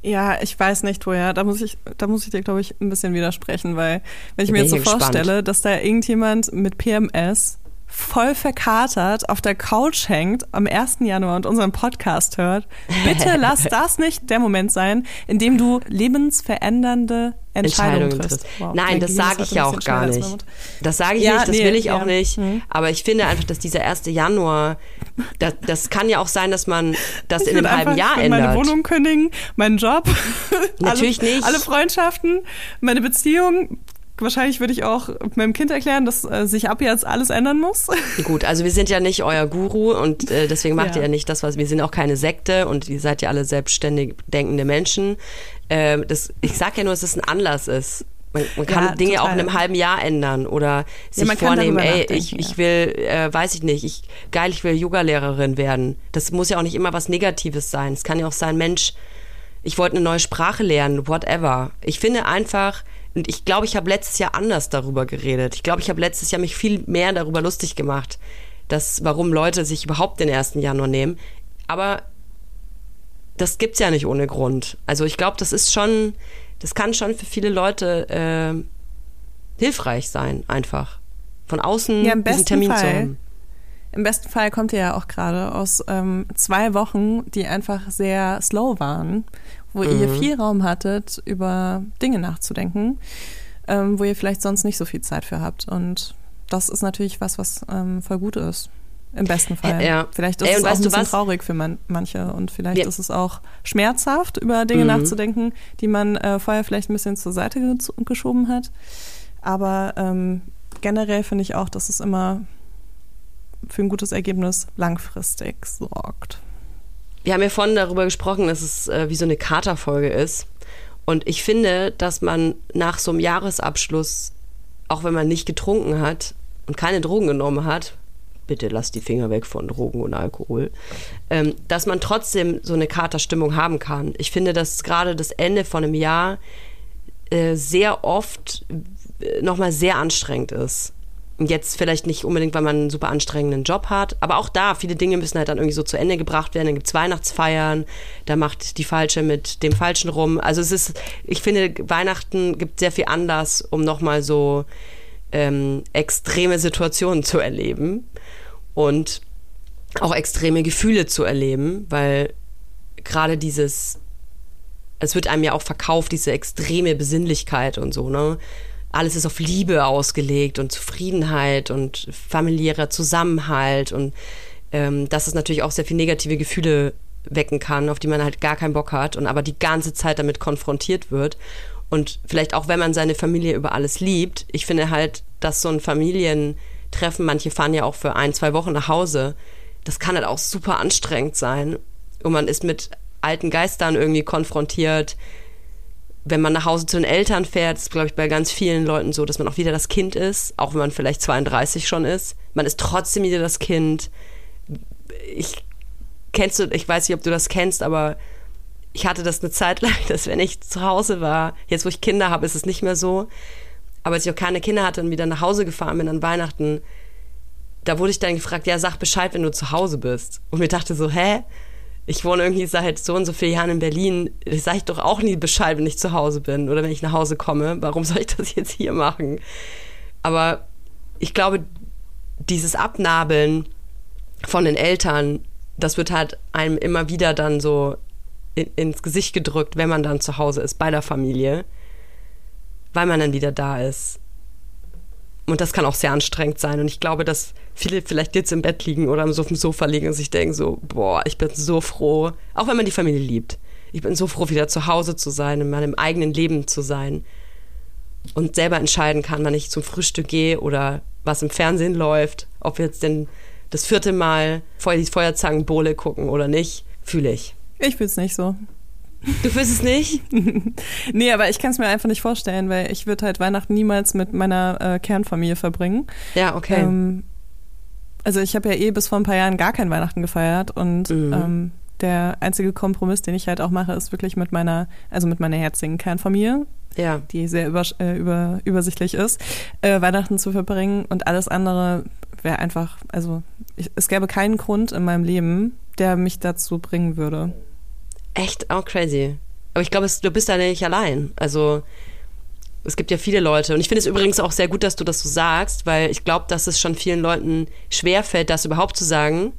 Ja, ich weiß nicht, woher. Da muss ich, da muss ich dir, glaube ich, ein bisschen widersprechen, weil wenn ich mir jetzt so gespannt. vorstelle, dass da irgendjemand mit P M S voll verkatert auf der Couch hängt am ersten Januar und unseren Podcast hört, bitte lass das nicht der Moment sein, in dem du lebensverändernde Entscheidungen, Entscheidungen triffst. Wow, Nein, das sage ich ja auch gar nicht. Das sage ich ja, nicht, das nee, will ich ja. auch nicht. Mhm. Aber ich finde einfach, dass dieser erste Januar, das, das kann ja auch sein, dass man das ich in einem halben Jahr ändert. Meine Wohnung kündigen, meinen Job, natürlich alle, nicht. alle Freundschaften, meine Beziehung. Wahrscheinlich würde ich auch meinem Kind erklären, dass äh, sich ab jetzt alles ändern muss. Gut, also wir sind ja nicht euer Guru und äh, deswegen macht ja. ihr ja nicht das, was wir sind auch keine Sekte und ihr seid ja alle selbstständig denkende Menschen. Äh, das, ich sag ja nur, dass es ein Anlass ist. Man, man kann ja, Dinge total. auch in einem halben Jahr ändern oder sich ja, vornehmen, ey, ich, ja. ich will, äh, weiß ich nicht, ich geil, ich will Yogalehrerin werden. Das muss ja auch nicht immer was Negatives sein. Es kann ja auch sein, Mensch, ich wollte eine neue Sprache lernen, whatever. Ich finde einfach, und ich glaube, ich habe letztes Jahr anders darüber geredet. Ich glaube, ich habe letztes Jahr mich viel mehr darüber lustig gemacht, dass, warum Leute sich überhaupt den ersten Januar nehmen. Aber das gibt's ja nicht ohne Grund. Also ich glaube, das ist schon, das kann schon für viele Leute äh, hilfreich sein, einfach. Von außen ja, diesen Termin Fall, zu haben. Im besten Fall kommt ihr ja auch gerade aus ähm, zwei Wochen, die einfach sehr slow waren, wo mhm. ihr viel Raum hattet, über Dinge nachzudenken, ähm, wo ihr vielleicht sonst nicht so viel Zeit für habt. Und das ist natürlich was, was ähm, voll gut ist. Im besten Fall. Ja. Vielleicht ist Ey, es auch ein bisschen was? traurig für man, manche und vielleicht ja. ist es auch schmerzhaft, über Dinge mhm. nachzudenken, die man äh, vorher vielleicht ein bisschen zur Seite ge- geschoben hat. Aber ähm, generell finde ich auch, dass es immer für ein gutes Ergebnis langfristig sorgt. Wir haben ja vorhin darüber gesprochen, dass es äh, wie so eine Katerfolge ist. Und ich finde, dass man nach so einem Jahresabschluss, auch wenn man nicht getrunken hat und keine Drogen genommen hat, bitte lasst die Finger weg von Drogen und Alkohol, ähm, dass man trotzdem so eine Katerstimmung haben kann. Ich finde, dass gerade das Ende von einem Jahr äh, sehr oft äh, nochmal sehr anstrengend ist. Jetzt vielleicht nicht unbedingt, weil man einen super anstrengenden Job hat, aber auch da, viele Dinge müssen halt dann irgendwie so zu Ende gebracht werden. Dann gibt's Weihnachtsfeiern, da macht die Falsche mit dem Falschen rum. Also es ist, ich finde, Weihnachten gibt sehr viel Anlass, um nochmal so ähm, extreme Situationen zu erleben und auch extreme Gefühle zu erleben, weil gerade dieses, es wird einem ja auch verkauft, diese extreme Besinnlichkeit und so, ne? Alles ist auf Liebe ausgelegt und Zufriedenheit und familiärer Zusammenhalt und ähm, dass es natürlich auch sehr viele negative Gefühle wecken kann, auf die man halt gar keinen Bock hat und aber die ganze Zeit damit konfrontiert wird und vielleicht auch, wenn man seine Familie über alles liebt, ich finde halt, dass so ein Familientreffen, manche fahren ja auch für ein, zwei Wochen nach Hause, das kann halt auch super anstrengend sein und man ist mit alten Geistern irgendwie konfrontiert. Wenn man nach Hause zu den Eltern fährt, ist, glaube ich, bei ganz vielen Leuten so, dass man auch wieder das Kind ist, auch wenn man vielleicht zweiunddreißig schon ist. Man ist trotzdem wieder das Kind. Ich, kennst du, ich weiß nicht, ob du das kennst, aber ich hatte das eine Zeit lang, dass wenn ich zu Hause war, jetzt wo ich Kinder habe, ist es nicht mehr so, aber als ich noch keine Kinder hatte und wieder nach Hause gefahren bin an Weihnachten, da wurde ich dann gefragt, ja, sag Bescheid, wenn du zu Hause bist. Und mir dachte so, hä? Ich wohne irgendwie seit so und so vielen Jahren in Berlin. Ich sage doch auch nie Bescheid, wenn ich zu Hause bin oder wenn ich nach Hause komme. Warum soll ich das jetzt hier machen? Aber ich glaube, dieses Abnabeln von den Eltern, das wird halt einem immer wieder dann so in, ins Gesicht gedrückt, wenn man dann zu Hause ist, bei der Familie, weil man dann wieder da ist. Und das kann auch sehr anstrengend sein. Und ich glaube, dass viele vielleicht jetzt im Bett liegen oder so auf dem Sofa liegen und sich denken so, boah, ich bin so froh, auch wenn man die Familie liebt. Ich bin so froh, wieder zu Hause zu sein, in meinem eigenen Leben zu sein und selber entscheiden kann, wann ich zum Frühstück gehe oder was im Fernsehen läuft, ob wir jetzt denn das vierte Mal die Feuerzangenbowle gucken oder nicht, fühle ich. Ich fühle es nicht so. Du fühlst es nicht? Nee, aber ich kann es mir einfach nicht vorstellen, weil ich würde halt Weihnachten niemals mit meiner äh, Kernfamilie verbringen. Ja, okay. Ähm, also ich habe ja eh bis vor ein paar Jahren gar kein Weihnachten gefeiert und mhm. ähm, der einzige Kompromiss, den ich halt auch mache, ist wirklich mit meiner, also mit meiner herzigen Kernfamilie, ja. die sehr über, äh, über, übersichtlich ist, äh, Weihnachten zu verbringen und alles andere wäre einfach, also ich, es gäbe keinen Grund in meinem Leben, der mich dazu bringen würde. Echt? Auch crazy. Aber ich glaube, du bist da nicht allein. Also es gibt ja viele Leute. Und ich finde es übrigens auch sehr gut, dass du das so sagst, weil ich glaube, dass es schon vielen Leuten schwerfällt, das überhaupt zu sagen.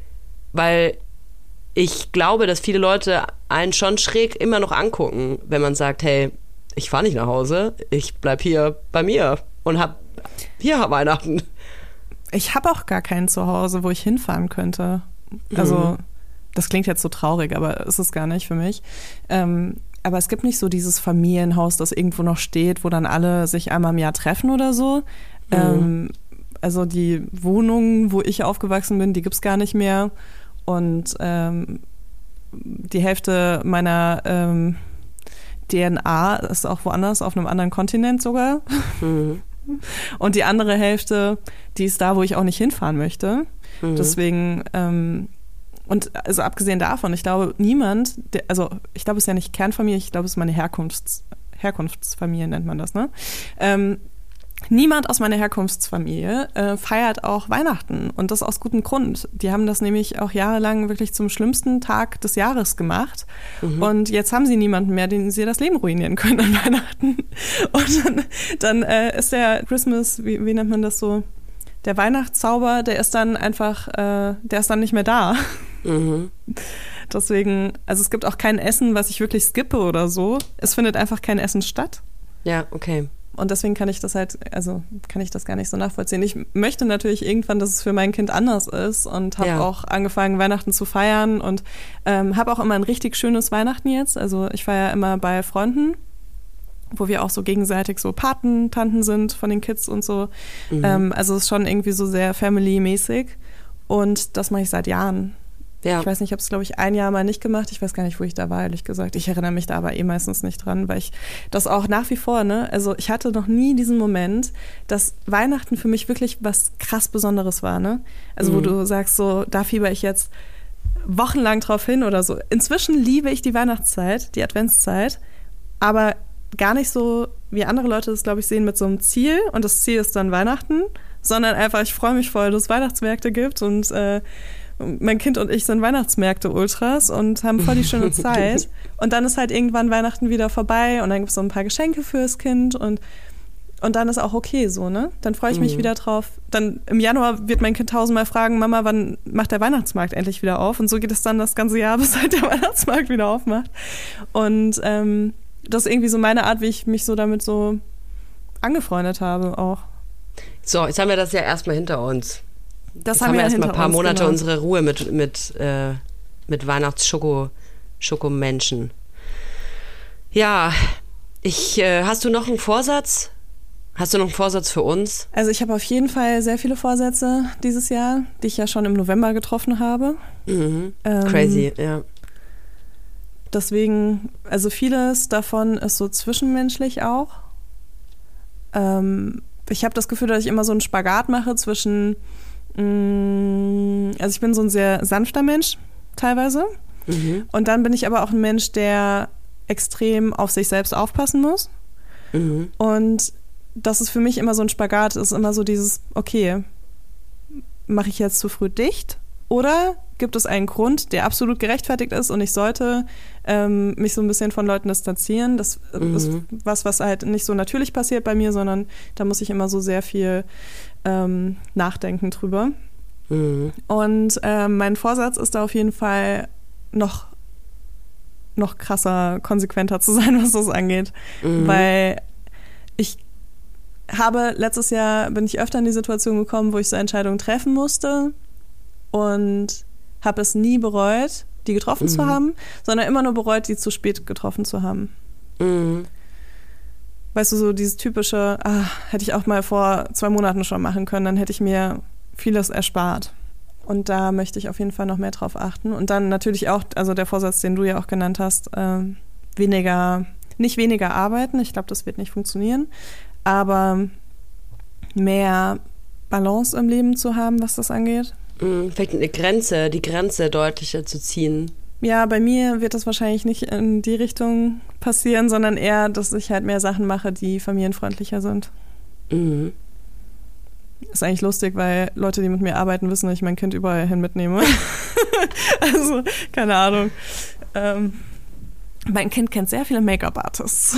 Weil ich glaube, dass viele Leute einen schon schräg immer noch angucken, wenn man sagt, hey, ich fahre nicht nach Hause, ich bleib hier bei mir und hab hier Weihnachten. Ich habe auch gar keinen zu Hause, wo ich hinfahren könnte. Also mhm. das klingt jetzt so traurig, aber ist es gar nicht für mich. Ähm, aber es gibt nicht so dieses Familienhaus, das irgendwo noch steht, wo dann alle sich einmal im Jahr treffen oder so. Mhm. Ähm, also die Wohnungen, wo ich aufgewachsen bin, die gibt's gar nicht mehr. Und ähm, die Hälfte meiner ähm, D N A ist auch woanders, auf einem anderen Kontinent sogar. Mhm. Und die andere Hälfte, die ist da, wo ich auch nicht hinfahren möchte. Mhm. Deswegen, ähm, und also abgesehen davon, ich glaube, niemand, der, also ich glaube, es ist ja nicht Kernfamilie, ich glaube, es ist meine Herkunfts, Herkunftsfamilie, nennt man das, ne? Ähm, Niemand aus meiner Herkunftsfamilie äh, feiert auch Weihnachten und das aus gutem Grund. Die haben das nämlich auch jahrelang wirklich zum schlimmsten Tag des Jahres gemacht mhm. und jetzt haben sie niemanden mehr, den sie das Leben ruinieren können an Weihnachten. Und dann, dann äh, ist der Christmas, wie, wie nennt man das so, der Weihnachtszauber, der ist dann einfach, äh, der ist dann nicht mehr da. Mhm. Deswegen, also es gibt auch kein Essen, was ich wirklich skippe oder so. Es findet einfach kein Essen statt. Ja, okay. Und deswegen kann ich das halt, also kann ich das gar nicht so nachvollziehen. Ich möchte natürlich irgendwann, dass es für mein Kind anders ist und habe ja. auch angefangen, Weihnachten zu feiern und ähm, habe auch immer ein richtig schönes Weihnachten jetzt. Also ich feiere immer bei Freunden, wo wir auch so gegenseitig so Patentanten sind von den Kids und so. Mhm. Ähm, also es ist schon irgendwie so sehr family-mäßig und das mache ich seit Jahren. Ja. Ich weiß nicht, ich habe es, glaube ich, ein Jahr mal nicht gemacht. Ich weiß gar nicht, wo ich da war, ehrlich gesagt. Ich erinnere mich da aber eh meistens nicht dran, weil ich das auch nach wie vor, ne, also ich hatte noch nie diesen Moment, dass Weihnachten für mich wirklich was krass Besonderes war, ne? Also mhm. wo du sagst, so, da fieber ich jetzt wochenlang drauf hin oder so. Inzwischen liebe ich die Weihnachtszeit, die Adventszeit, aber gar nicht so, wie andere Leute das, glaube ich, sehen, mit so einem Ziel und das Ziel ist dann Weihnachten, sondern einfach, ich freue mich voll, dass es Weihnachtsmärkte gibt und äh, mein Kind und ich sind Weihnachtsmärkte-Ultras und haben voll die schöne Zeit. Und dann ist halt irgendwann Weihnachten wieder vorbei und dann gibt es so ein paar Geschenke fürs Kind und, und dann ist auch okay so, ne? Dann freue ich mich mhm. wieder drauf. Dann im Januar wird mein Kind tausendmal fragen, Mama, wann macht der Weihnachtsmarkt endlich wieder auf? Und so geht es dann das ganze Jahr, bis halt der Weihnachtsmarkt wieder aufmacht. Und ähm, das ist irgendwie so meine Art, wie ich mich so damit so angefreundet habe auch. So, jetzt haben wir das ja erstmal hinter uns. Das Jetzt haben haben wir wir erst mal ein paar uns, Monate genau. unsere Ruhe mit, mit, äh, mit Weihnachts-Schoko-Schokomenschen. Ja, ich, äh, hast du noch einen Vorsatz? Hast du noch einen Vorsatz für uns? Also ich habe auf jeden Fall sehr viele Vorsätze dieses Jahr, die ich ja schon im November getroffen habe. Mhm. Ähm, Crazy, ja. Deswegen, also vieles davon ist so zwischenmenschlich auch. Ähm, ich habe das Gefühl, dass ich immer so einen Spagat mache zwischen Also ich bin so ein sehr sanfter Mensch teilweise mhm. und dann bin ich aber auch ein Mensch, der extrem auf sich selbst aufpassen muss mhm. und das ist für mich immer so ein Spagat, ist immer so dieses, okay, mache ich jetzt zu früh dicht oder gibt es einen Grund, der absolut gerechtfertigt ist und ich sollte ähm, mich so ein bisschen von Leuten distanzieren. Das mhm. ist was, was halt nicht so natürlich passiert bei mir, sondern da muss ich immer so sehr viel ähm, nachdenken drüber. Mhm. Und ähm, mein Vorsatz ist da auf jeden Fall noch, noch krasser, konsequenter zu sein, was das angeht. Mhm. Weil ich habe letztes Jahr, bin ich öfter in die Situation gekommen, wo ich so Entscheidungen treffen musste und habe es nie bereut, die getroffen mhm. zu haben, sondern immer nur bereut, die zu spät getroffen zu haben. Mhm. Weißt du, so dieses typische, ah, hätte ich auch mal vor zwei Monaten schon machen können, dann hätte ich mir vieles erspart. Und da möchte ich auf jeden Fall noch mehr drauf achten. Und dann natürlich auch, also der Vorsatz, den du ja auch genannt hast, äh, weniger, nicht weniger arbeiten, ich glaube, das wird nicht funktionieren, aber mehr Balance im Leben zu haben, was das angeht. Vielleicht eine Grenze, die Grenze deutlicher zu ziehen. Ja, bei mir wird das wahrscheinlich nicht in die Richtung passieren, sondern eher, dass ich halt mehr Sachen mache, die familienfreundlicher sind. Mhm. Ist eigentlich lustig, weil Leute, die mit mir arbeiten, wissen, dass ich mein Kind überall hin mitnehme. Also, keine Ahnung. Ähm, Mein Kind kennt sehr viele Make-up-Artists.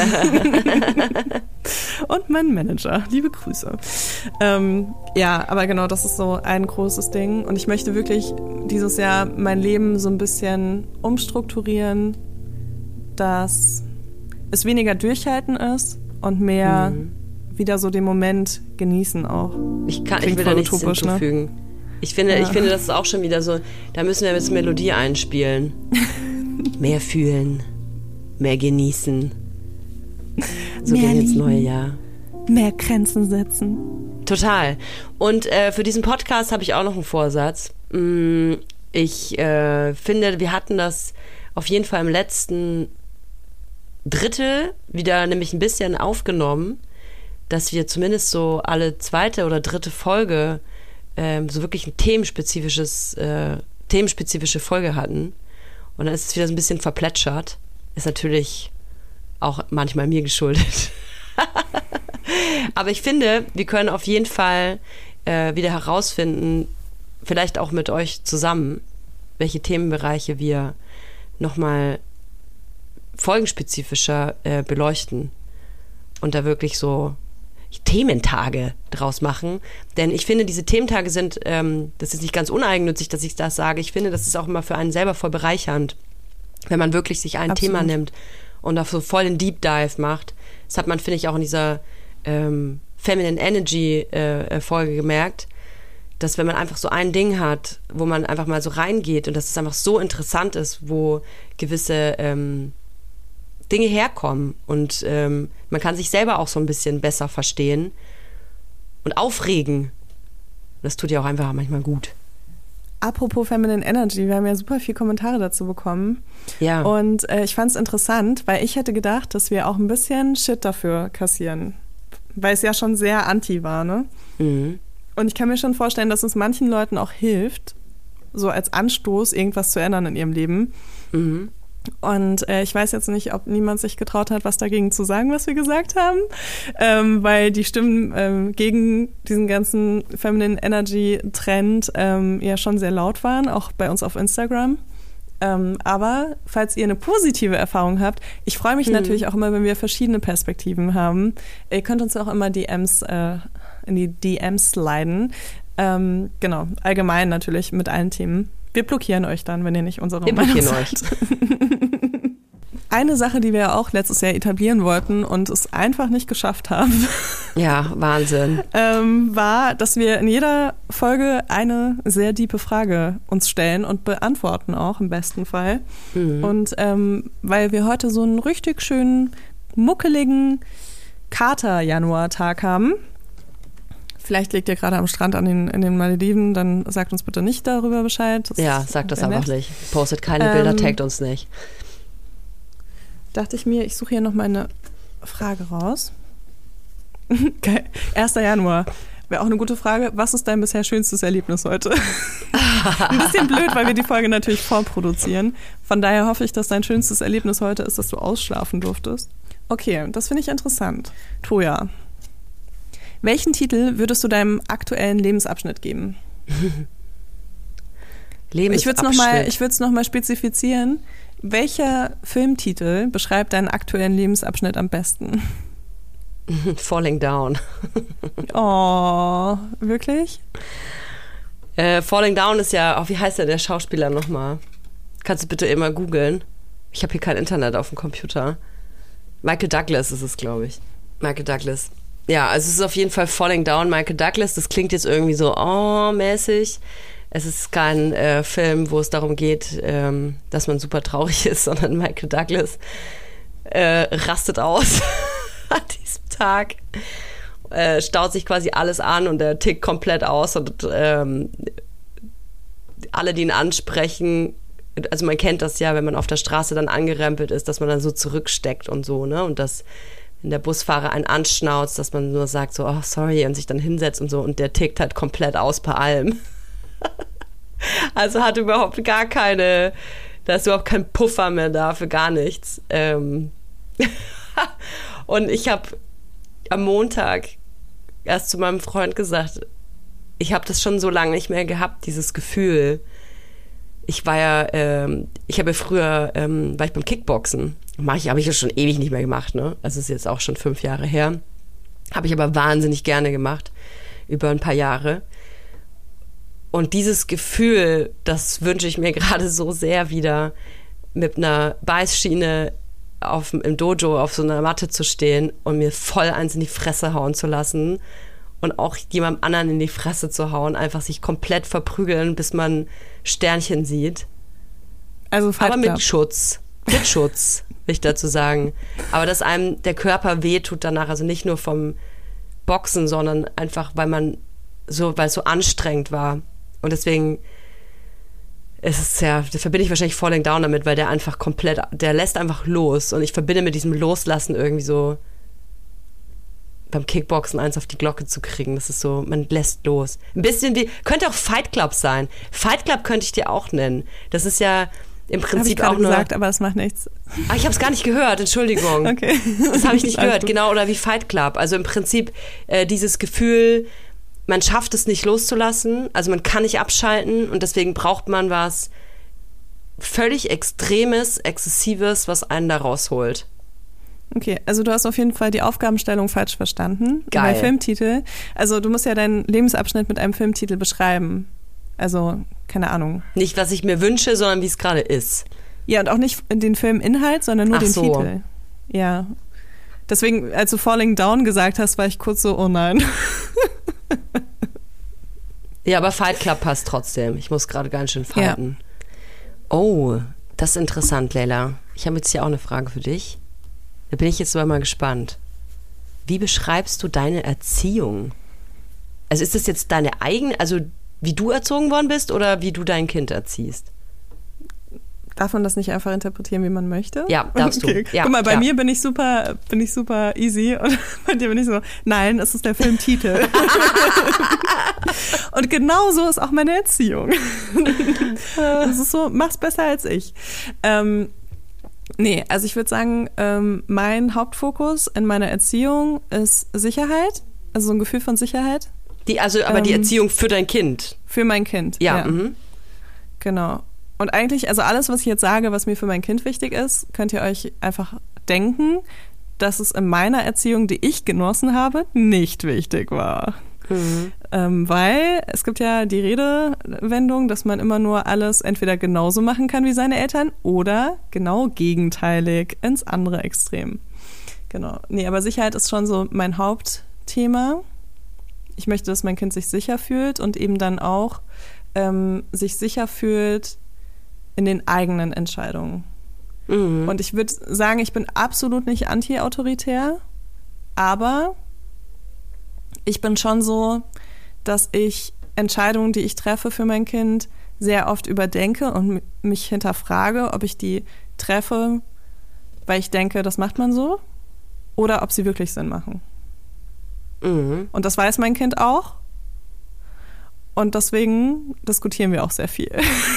Und mein Manager. Liebe Grüße. Ähm, ja, aber genau, das ist so ein großes Ding. Und ich möchte wirklich dieses Jahr mein Leben so ein bisschen umstrukturieren, dass es weniger durchhalten ist und mehr mhm. wieder so den Moment genießen auch. Ich, kann, ich will da nichts hinzufügen. Ne? Ich finde, ja. ich finde, das ist auch schon wieder so, da müssen wir jetzt Melodie einspielen. Mehr fühlen, mehr genießen. So mehr geht ins lieben, neue Jahr. Mehr Grenzen setzen. Total. Und äh, für diesen Podcast habe ich auch noch einen Vorsatz. Ich äh, finde, wir hatten das auf jeden Fall im letzten Drittel wieder nämlich ein bisschen aufgenommen, dass wir zumindest so alle zweite oder dritte Folge äh, so wirklich ein themenspezifisches, äh, themenspezifische Folge hatten. Und dann ist es wieder so ein bisschen verplätschert. Ist natürlich auch manchmal mir geschuldet. Aber ich finde, wir können auf jeden Fall äh, wieder herausfinden, vielleicht auch mit euch zusammen, welche Themenbereiche wir nochmal folgenspezifischer äh, beleuchten und da wirklich so Thementage draus machen. Denn ich finde, diese Thementage sind, ähm, das ist nicht ganz uneigennützig, dass ich das sage, ich finde, das ist auch immer für einen selber voll bereichernd, wenn man wirklich sich ein Absolut. Thema nimmt und da so voll den Deep Dive macht. Das hat man, finde ich, auch in dieser ähm, Feminine Energy äh, Folge gemerkt, dass wenn man einfach so ein Ding hat, wo man einfach mal so reingeht und dass es einfach so interessant ist, wo gewisse ähm, Dinge herkommen und ähm, man kann sich selber auch so ein bisschen besser verstehen und aufregen. Das tut ja auch einfach manchmal gut. Apropos Feminine Energy, wir haben ja super viele Kommentare dazu bekommen. Ja. Und äh, ich fand es interessant, weil ich hätte gedacht, dass wir auch ein bisschen Shit dafür kassieren. Weil es ja schon sehr anti war, ne? Mhm. Und ich kann mir schon vorstellen, dass es manchen Leuten auch hilft, so als Anstoß, irgendwas zu ändern in ihrem Leben. Mhm. Und äh, ich weiß jetzt nicht, ob niemand sich getraut hat, was dagegen zu sagen, was wir gesagt haben, ähm, weil die Stimmen ähm, gegen diesen ganzen Feminine Energy Trend ähm, ja schon sehr laut waren, auch bei uns auf Instagram. Ähm, aber falls ihr eine positive Erfahrung habt, ich freue mich mhm. natürlich auch immer, wenn wir verschiedene Perspektiven haben. Ihr könnt uns auch immer D Ms äh, in die D Ms sliden. Ähm, genau, allgemein natürlich mit allen Themen. Wir blockieren euch dann, wenn ihr nicht unsere Wir Meinung blockieren euch. Eine Sache, die wir ja auch letztes Jahr etablieren wollten und es einfach nicht geschafft haben, ja, Wahnsinn, ähm, war, dass wir in jeder Folge eine sehr tiefe Frage uns stellen und beantworten auch im besten Fall. Mhm. Und ähm, weil wir heute so einen richtig schönen, muckeligen Kater-Januar-Tag haben, vielleicht liegt ihr gerade am Strand an den, in den Malediven, dann sagt uns bitte nicht darüber Bescheid. Das ja, sagt das einfach nett. Nicht. Postet keine ähm, Bilder, taggt uns nicht. Dachte ich mir, ich suche hier noch mal eine Frage raus. Geil. erster Januar. Wäre auch eine gute Frage. Was ist dein bisher schönstes Erlebnis heute? Ein bisschen blöd, weil wir die Folge natürlich vorproduzieren. Von daher hoffe ich, dass dein schönstes Erlebnis heute ist, dass du ausschlafen durftest. Okay, das finde ich interessant. Toja. Welchen Titel würdest du deinem aktuellen Lebensabschnitt geben? Lebensabschnitt. Ich würde es nochmal ich würde es noch mal spezifizieren. Welcher Filmtitel beschreibt deinen aktuellen Lebensabschnitt am besten? Falling Down. Oh, wirklich? Äh, Falling Down ist ja, oh, wie heißt der, der Schauspieler nochmal? Kannst du bitte immer googeln? Ich habe hier kein Internet auf dem Computer. Michael Douglas ist es, glaube ich. Michael Douglas. Ja, also es ist auf jeden Fall Falling Down, Michael Douglas. Das klingt jetzt irgendwie so oh-mäßig. Es ist kein äh, Film, wo es darum geht, ähm, dass man super traurig ist, sondern Michael Douglas äh, rastet aus an diesem Tag, äh, staut sich quasi alles an und er tickt komplett aus und ähm, alle, die ihn ansprechen, also man kennt das ja, wenn man auf der Straße dann angerempelt ist, dass man dann so zurücksteckt und so, ne, und dass wenn der Busfahrer einen anschnauzt, dass man nur sagt so, oh, sorry, und sich dann hinsetzt und so und der tickt halt komplett aus bei allem. Also hat überhaupt gar keine, da ist überhaupt kein Puffer mehr da für gar nichts. Ähm und ich habe am Montag erst zu meinem Freund gesagt, ich habe das schon so lange nicht mehr gehabt, dieses Gefühl. ich war ja, ähm, ich habe ja früher, ähm, war ich beim Kickboxen. Mach ich, habe ich ja schon ewig nicht mehr gemacht, ne? Das ist jetzt auch schon fünf Jahre her. Habe ich aber wahnsinnig gerne gemacht, über ein paar Jahre. Und dieses Gefühl, das wünsche ich mir gerade so sehr wieder, mit einer Beißschiene auf, im Dojo auf so einer Matte zu stehen und mir voll eins in die Fresse hauen zu lassen und auch jemandem anderen in die Fresse zu hauen, einfach sich komplett verprügeln, bis man Sternchen sieht. Also Fight Aber mit Club. Schutz. Mit Schutz, will ich dazu sagen. Aber dass einem der Körper wehtut danach, also nicht nur vom Boxen, sondern einfach, weil man so, weil es so anstrengend war. Und deswegen ist es ja, da verbinde ich wahrscheinlich Falling Down damit, weil der einfach komplett, der lässt einfach los. Und ich verbinde mit diesem Loslassen irgendwie so beim Kickboxen eins auf die Glocke zu kriegen. Das ist so, man lässt los. Ein bisschen wie, könnte auch Fight Club sein. Fight Club könnte ich dir auch nennen. Das ist ja im Prinzip hab ich auch nur... gesagt, aber das macht nichts. Ah, ich habe es gar nicht gehört, Entschuldigung. Okay. Das habe ich nicht gehört, genau. Oder wie Fight Club. Also im Prinzip äh, dieses Gefühl, man schafft es nicht loszulassen, also man kann nicht abschalten und deswegen braucht man was völlig Extremes, Exzessives, was einen da rausholt. Okay, also du hast auf jeden Fall die Aufgabenstellung falsch verstanden. Geil. Bei Filmtitel. Also du musst ja deinen Lebensabschnitt mit einem Filmtitel beschreiben. Also, keine Ahnung. Nicht, was ich mir wünsche, sondern wie es gerade ist. Ja, und auch nicht den Filminhalt, sondern nur Ach den so. Titel. Ja. Deswegen, als du Falling Down gesagt hast, war ich kurz so, oh nein. Ja, aber Fight Club passt trotzdem. Ich muss gerade ganz schön fighten. Ja. Oh, das ist interessant, Leila. Ich habe jetzt hier auch eine Frage für dich. Da bin ich jetzt aber mal gespannt. Wie beschreibst du deine Erziehung? Also ist das jetzt deine eigene, also wie du erzogen worden bist oder wie du dein Kind erziehst? Darf man das nicht einfach interpretieren, wie man möchte? Ja, darfst okay. du. Ja, Guck mal, bei ja. mir bin ich super, bin ich super easy und bei dir bin ich so, nein, es ist der Filmtitel. Und genau so ist auch meine Erziehung. Das ist so, mach's besser als ich. Ähm, nee, also ich würde sagen, ähm, mein Hauptfokus in meiner Erziehung ist Sicherheit, also so ein Gefühl von Sicherheit. Die, also aber ähm, die Erziehung für dein Kind. Für mein Kind, ja. ja. Mhm. Genau. Und eigentlich, also alles, was ich jetzt sage, was mir für mein Kind wichtig ist, könnt ihr euch einfach denken, dass es in meiner Erziehung, die ich genossen habe, nicht wichtig war. Mhm. Ähm, weil es gibt ja die Redewendung, dass man immer nur alles entweder genauso machen kann wie seine Eltern oder genau gegenteilig ins andere Extrem. Genau. Nee, aber Sicherheit ist schon so mein Hauptthema. Ich möchte, dass mein Kind sich sicher fühlt und eben dann auch ähm, sich sicher fühlt in den eigenen Entscheidungen. Mhm. Und ich würde sagen, ich bin absolut nicht anti-autoritär, aber ich bin schon so, dass ich Entscheidungen, die ich treffe für mein Kind, sehr oft überdenke und mich hinterfrage, ob ich die treffe, weil ich denke, das macht man so, oder ob sie wirklich Sinn machen. Mhm. Und das weiß mein Kind auch. Und deswegen diskutieren wir auch sehr viel.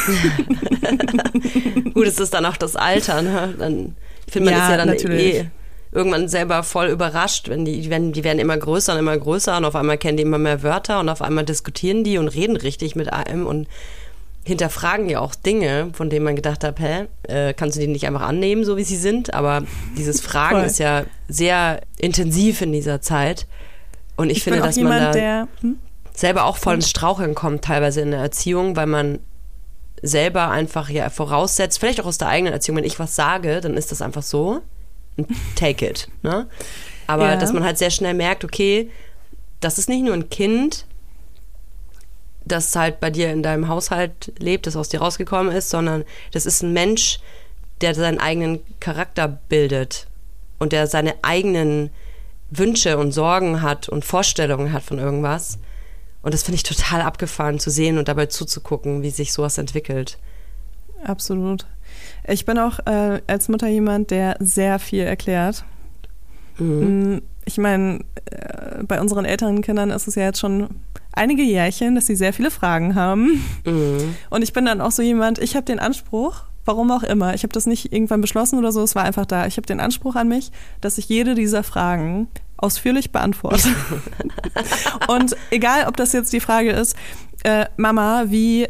Gut, es ist dann auch das Alter, ne? Dann, ich finde, man ja, ist ja dann natürlich. eh irgendwann selber voll überrascht, wenn die, die, werden, die werden immer größer und immer größer und auf einmal kennen die immer mehr Wörter und auf einmal diskutieren die und reden richtig mit einem und hinterfragen ja auch Dinge, von denen man gedacht hat, hä, äh, kannst du die nicht einfach annehmen, so wie sie sind? Aber dieses Fragen Voll. ist ja sehr intensiv in dieser Zeit. Und ich, ich finde, dass jemand, man da der, hm? selber auch voll ins Straucheln kommt, teilweise in der Erziehung, weil man selber einfach ja voraussetzt, vielleicht auch aus der eigenen Erziehung, wenn ich was sage, dann ist das einfach so. Take it. Ne? Aber ja. dass man halt sehr schnell merkt, okay, das ist nicht nur ein Kind, das halt bei dir in deinem Haushalt lebt, das aus dir rausgekommen ist, sondern das ist ein Mensch, der seinen eigenen Charakter bildet und der seine eigenen Wünsche und Sorgen hat und Vorstellungen hat von irgendwas. Und das finde ich total abgefahren zu sehen und dabei zuzugucken, wie sich sowas entwickelt. Absolut. Ich bin auch äh, als Mutter jemand, der sehr viel erklärt. Mhm. Ich meine, äh, bei unseren älteren Kindern ist es ja jetzt schon einige Jährchen, dass sie sehr viele Fragen haben. Mhm. Und ich bin dann auch so jemand, ich habe den Anspruch, warum auch immer, ich habe das nicht irgendwann beschlossen oder so, es war einfach da. Ich habe den Anspruch an mich, dass ich jede dieser Fragen ausführlich beantworte. Und egal, ob das jetzt die Frage ist, äh, Mama, wie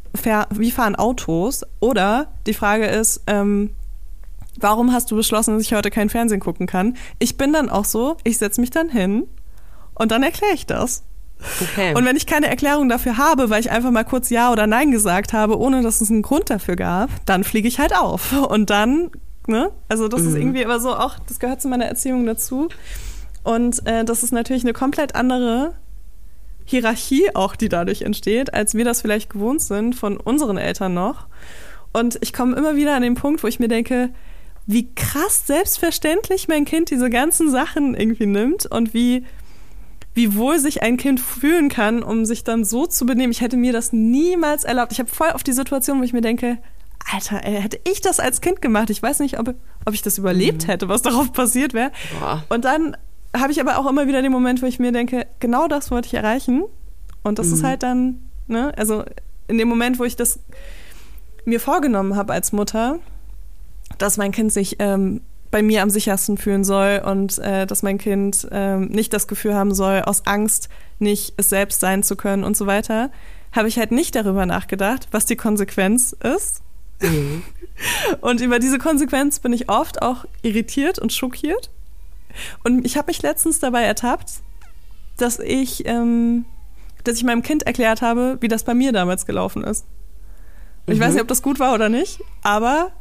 fahr, wie fahren Autos? Oder die Frage ist, ähm, warum hast du beschlossen, dass ich heute kein Fernsehen gucken kann? Ich bin dann auch so, ich setze mich dann hin und dann erkläre ich das. Okay. Und wenn ich keine Erklärung dafür habe, weil ich einfach mal kurz Ja oder Nein gesagt habe, ohne dass es einen Grund dafür gab, dann fliege ich halt auf. Und dann, ne? Also das mhm. ist irgendwie aber so auch, das gehört zu meiner Erziehung dazu. Und äh, das ist natürlich eine komplett andere Hierarchie auch, die dadurch entsteht, als wir das vielleicht gewohnt sind von unseren Eltern noch. Und ich komme immer wieder an den Punkt, wo ich mir denke, wie krass selbstverständlich mein Kind diese ganzen Sachen irgendwie nimmt und wie wie wohl sich ein Kind fühlen kann, um sich dann so zu benehmen. Ich hätte mir das niemals erlaubt. Ich habe voll auf die Situation, wo ich mir denke, Alter, ey, hätte ich das als Kind gemacht? Ich weiß nicht, ob, ob ich das überlebt hätte, was darauf passiert wäre. Und dann habe ich aber auch immer wieder den Moment, wo ich mir denke, genau das wollte ich erreichen. Und das mhm. ist halt dann, ne, also in dem Moment, wo ich das mir vorgenommen habe als Mutter, dass mein Kind sich ähm, bei mir am sichersten fühlen soll und äh, dass mein Kind ähm, nicht das Gefühl haben soll, aus Angst nicht es selbst sein zu können und so weiter, habe ich halt nicht darüber nachgedacht, was die Konsequenz ist. Mhm. Und über diese Konsequenz bin ich oft auch irritiert und schockiert. Und ich habe mich letztens dabei ertappt, dass ich, ähm, dass ich meinem Kind erklärt habe, wie das bei mir damals gelaufen ist. Und ich mhm. weiß nicht, ob das gut war oder nicht, aber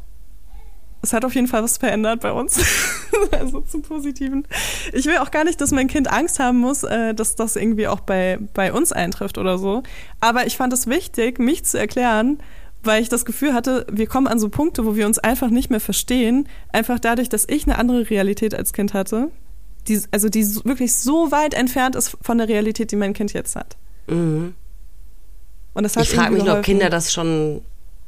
es hat auf jeden Fall was verändert bei uns. Also zum Positiven. Ich will auch gar nicht, dass mein Kind Angst haben muss, äh, dass das irgendwie auch bei, bei uns eintrifft oder so. Aber ich fand es wichtig, mich zu erklären, weil ich das Gefühl hatte, wir kommen an so Punkte, wo wir uns einfach nicht mehr verstehen. Einfach dadurch, dass ich eine andere Realität als Kind hatte. Die, also die wirklich so weit entfernt ist von der Realität, die mein Kind jetzt hat. Mhm. Und das hat ich frage mich, geholfen. ob Kinder das schon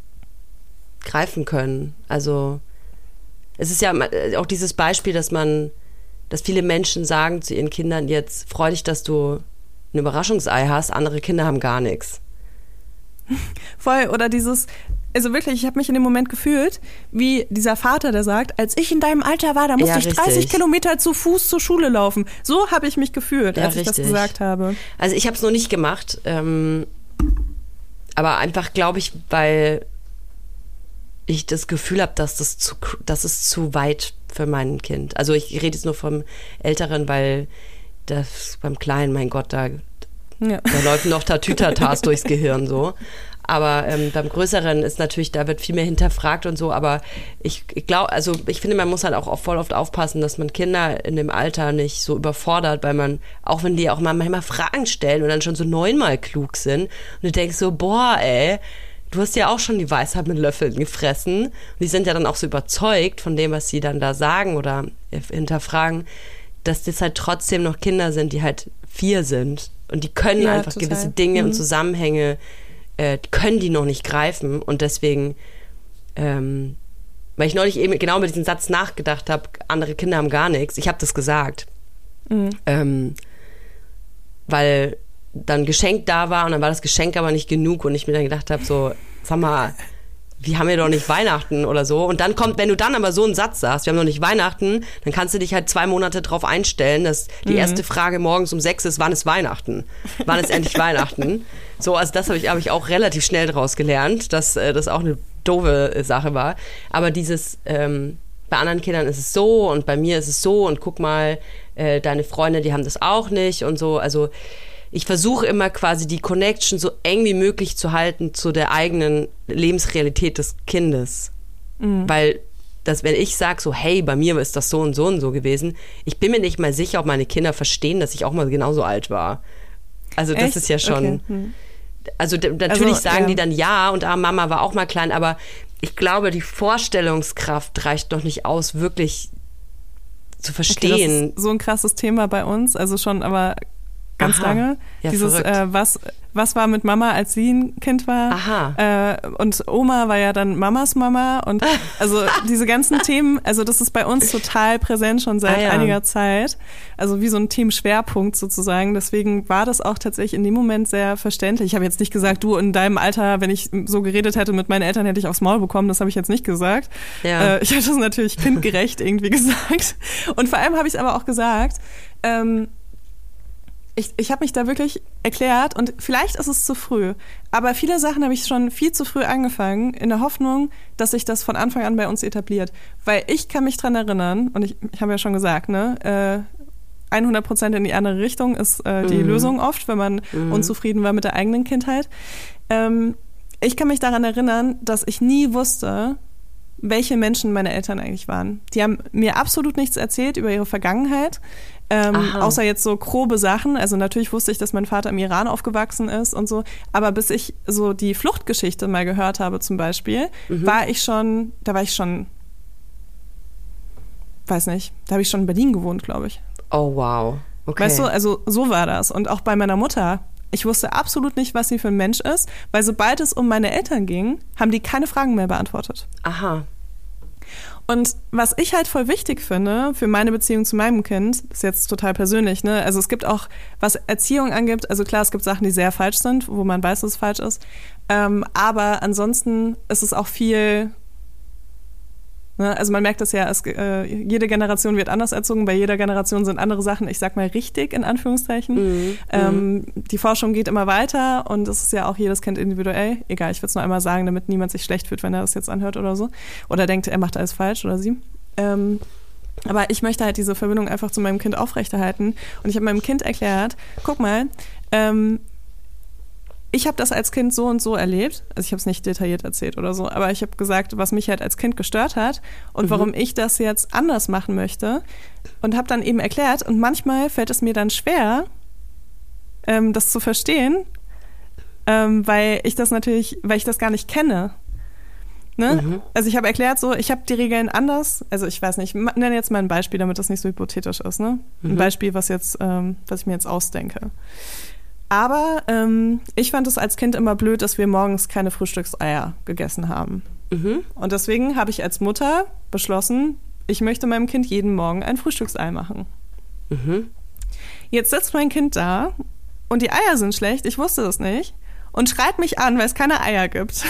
greifen können. Also es ist ja auch dieses Beispiel, dass man, dass viele Menschen sagen zu ihren Kindern jetzt, freu dich, dass du ein Überraschungsei hast, andere Kinder haben gar nichts. Voll, oder dieses, also wirklich, ich habe mich in dem Moment gefühlt, wie dieser Vater, der sagt, als ich in deinem Alter war, da musste ja, ich dreißig Kilometer zu Fuß zur Schule laufen. So habe ich mich gefühlt, ja, als ich richtig. das gesagt habe. Also ich habe es noch nicht gemacht, ähm, aber einfach, glaube ich, weil ich das Gefühl habe, dass das zu, das ist zu weit für mein Kind. Also ich rede jetzt nur vom Älteren, weil das beim Kleinen, mein Gott, da, ja. da laufen noch Tatütatas durchs Gehirn so. Aber ähm, beim Größeren ist natürlich, da wird viel mehr hinterfragt und so. Aber ich, ich glaube, also ich finde, man muss halt auch voll oft aufpassen, dass man Kinder in dem Alter nicht so überfordert, weil man, auch wenn die auch mal manchmal Fragen stellen und dann schon so neunmal klug sind und du denkst so, boah, ey, du hast ja auch schon die Weisheit mit Löffeln gefressen. Und die sind ja dann auch so überzeugt von dem, was sie dann da sagen oder hinterfragen, dass das halt trotzdem noch Kinder sind, die halt vier sind. Und die können ja, einfach total. gewisse Dinge mhm. und Zusammenhänge, äh, können die noch nicht greifen. Und deswegen, ähm, weil ich neulich eben genau über diesen Satz nachgedacht habe, andere Kinder haben gar nichts. Ich habe das gesagt. Mhm. Ähm, weil dann Geschenk da war und dann war das Geschenk aber nicht genug und ich mir dann gedacht habe, so, sag mal, wir haben ja doch nicht Weihnachten oder so. Und dann kommt, wenn du dann aber so einen Satz sagst, wir haben noch nicht Weihnachten, dann kannst du dich halt zwei Monate drauf einstellen, dass die mhm. erste Frage morgens um sechs ist, wann ist Weihnachten? Wann ist endlich Weihnachten? So, also das habe ich, hab ich auch relativ schnell daraus gelernt, dass äh, das auch eine doofe Sache war. Aber dieses, ähm, bei anderen Kindern ist es so und bei mir ist es so und guck mal, äh, deine Freunde, die haben das auch nicht und so, also ich versuche immer quasi die Connection so eng wie möglich zu halten zu der eigenen Lebensrealität des Kindes. Mhm. Weil, dass, wenn ich sage so, hey, bei mir ist das so und so und so gewesen, ich bin mir nicht mal sicher, ob meine Kinder verstehen, dass ich auch mal genauso alt war. Also das Echt? ist ja schon... Okay. Mhm. Also d- natürlich also, sagen ja. die dann ja und ah, Mama war auch mal klein, aber ich glaube, die Vorstellungskraft reicht noch nicht aus, wirklich zu verstehen. Okay, das ist so ein krasses Thema bei uns, also schon aber... ganz Aha. lange. Ja, Dieses, äh, was, was war mit Mama, als sie ein Kind war? Aha. Äh, und Oma war ja dann Mamas Mama. Und also diese ganzen Themen, also das ist bei uns total präsent schon seit ah, ja. einiger Zeit. Also wie so ein Themenschwerpunkt sozusagen. Deswegen war das auch tatsächlich in dem Moment sehr verständlich. Ich habe jetzt nicht gesagt, du in deinem Alter, wenn ich so geredet hätte mit meinen Eltern, hätte ich aufs Maul bekommen. Das habe ich jetzt nicht gesagt. Ja. Äh, ich habe das natürlich kindgerecht irgendwie gesagt. Und vor allem habe ich es aber auch gesagt, ähm, Ich, ich habe mich da wirklich erklärt und vielleicht ist es zu früh, aber viele Sachen habe ich schon viel zu früh angefangen, in der Hoffnung, dass sich das von Anfang an bei uns etabliert. Weil ich kann mich dran erinnern, und ich, ich habe ja schon gesagt, ne, äh, hundert Prozent in die andere Richtung ist äh, die mhm. Lösung oft, wenn man mhm. unzufrieden war mit der eigenen Kindheit. Ähm, ich kann mich daran erinnern, dass ich nie wusste, welche Menschen meine Eltern eigentlich waren. Die haben mir absolut nichts erzählt über ihre Vergangenheit. Ähm, außer jetzt so grobe Sachen. Also natürlich wusste ich, dass mein Vater im Iran aufgewachsen ist und so. Aber bis ich so die Fluchtgeschichte mal gehört habe zum Beispiel, mhm. war ich schon, da war ich schon, weiß nicht, da habe ich schon in Berlin gewohnt, glaube ich. Oh, wow. Okay. Weißt du, also so war das. Und auch bei meiner Mutter. Ich wusste absolut nicht, was sie für ein Mensch ist, weil sobald es um meine Eltern ging, haben die keine Fragen mehr beantwortet. Aha. Und was ich halt voll wichtig finde für meine Beziehung zu meinem Kind, ist jetzt total persönlich, ne? Also es gibt auch, was Erziehung angibt, also klar, es gibt Sachen, die sehr falsch sind, wo man weiß, dass es falsch ist. Ähm, aber ansonsten ist es auch viel, ne? Also man merkt das ja, es, äh, jede Generation wird anders erzogen, bei jeder Generation sind andere Sachen, ich sag mal richtig, in Anführungszeichen. Mhm. Ähm, die Forschung geht immer weiter und es ist ja auch jedes Kind individuell. Egal, ich will es nur einmal sagen, damit niemand sich schlecht fühlt, wenn er das jetzt anhört oder so. Oder denkt, er macht alles falsch oder sie. Ähm, aber ich möchte halt diese Verbindung einfach zu meinem Kind aufrechterhalten. Und ich habe meinem Kind erklärt, guck mal, ähm, ich habe das als Kind so und so erlebt. Also ich habe es nicht detailliert erzählt oder so, aber ich habe gesagt, was mich halt als Kind gestört hat und mhm. warum ich das jetzt anders machen möchte. Und habe dann eben erklärt, und manchmal fällt es mir dann schwer, ähm, das zu verstehen, ähm, weil ich das natürlich, weil ich das gar nicht kenne. Ne? Mhm. Also ich habe erklärt so, ich habe die Regeln anders, also ich weiß nicht, ich nenne jetzt mal ein Beispiel, damit das nicht so hypothetisch ist. Ne? Mhm. Ein Beispiel, was jetzt, ähm, was ich mir jetzt ausdenke. Aber ähm, ich fand es als Kind immer blöd, dass wir morgens keine Frühstückseier gegessen haben. Mhm. Und deswegen habe ich als Mutter beschlossen, ich möchte meinem Kind jeden Morgen ein Frühstücksei machen. Mhm. Jetzt sitzt mein Kind da und die Eier sind schlecht, ich wusste das nicht, und schreit mich an, weil es keine Eier gibt.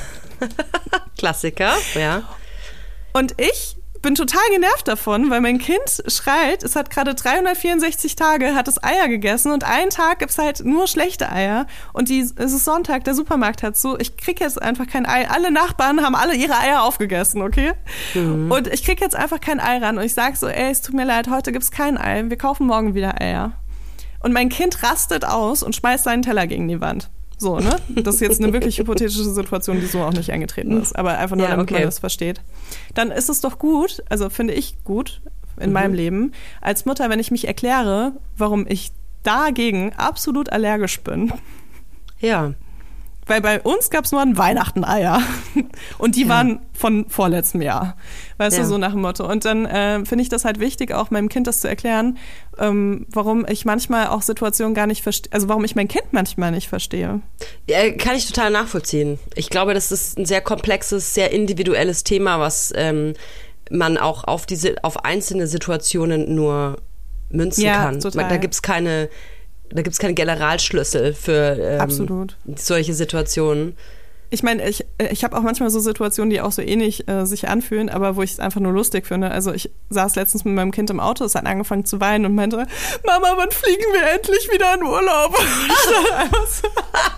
Klassiker, ja. Und ich bin total genervt davon, weil mein Kind schreit, es hat gerade dreihundertvierundsechzig Tage, hat es Eier gegessen und einen Tag gibt es halt nur schlechte Eier und die, es ist Sonntag, der Supermarkt hat so, ich krieg jetzt einfach kein Ei, alle Nachbarn haben alle ihre Eier aufgegessen, okay? Mhm. Und ich krieg jetzt einfach kein Ei ran und ich sag so, ey, es tut mir leid, heute gibt's kein Ei, wir kaufen morgen wieder Eier. Und mein Kind rastet aus und schmeißt seinen Teller gegen die Wand. So, ne? Das ist jetzt eine wirklich hypothetische Situation, die so auch nicht eingetreten ist. Aber einfach nur, ja, damit okay. man das versteht. Dann ist es doch gut, also finde ich gut in mhm. meinem Leben, als Mutter, wenn ich mich erkläre, warum ich dagegen absolut allergisch bin. Ja. Weil bei uns gab es nur an Weihnachten Eier. Und die ja. waren von vorletztem Jahr. Weißt ja. du, so nach dem Motto. Und dann äh, finde ich das halt wichtig, auch meinem Kind das zu erklären, ähm, warum ich manchmal auch Situationen gar nicht verstehe, also warum ich mein Kind manchmal nicht verstehe. Ja, kann ich total nachvollziehen. Ich glaube, das ist ein sehr komplexes, sehr individuelles Thema, was ähm, man auch auf diese, auf einzelne Situationen nur münzen ja, kann. Total. Da gibt es keine... Da gibt es keinen Generalschlüssel für ähm, Absolut. solche Situationen. Ich meine, ich, ich habe auch manchmal so Situationen, die auch so ähnlich äh, sich anfühlen, aber wo ich es einfach nur lustig finde. Also ich saß letztens mit meinem Kind im Auto, es hat angefangen zu weinen und meinte, Mama, wann fliegen wir endlich wieder in Urlaub? Und ich dachte einfach so,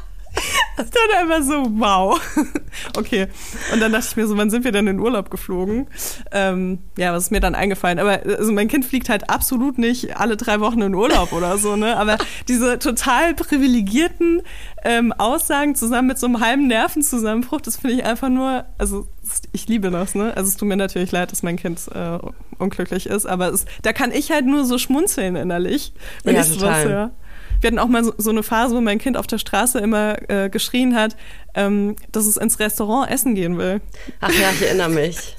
ich dachte einfach so, wow. Okay. Und dann dachte ich mir so, wann sind wir denn in Urlaub geflogen? Ähm, ja, was ist mir dann eingefallen? Aber also mein Kind fliegt halt absolut nicht alle drei Wochen in Urlaub oder so, ne? Aber diese total privilegierten ähm, Aussagen zusammen mit so einem halben Nervenzusammenbruch, das finde ich einfach nur, also ich liebe das, ne? Also es tut mir natürlich leid, dass mein Kind äh, unglücklich ist, aber es, da kann ich halt nur so schmunzeln innerlich, wenn ja, ich sowas höre. Wir hatten auch mal so, so eine Phase, wo mein Kind auf der Straße immer äh, geschrien hat, ähm, dass es ins Restaurant essen gehen will. Ach ja, ich erinnere mich.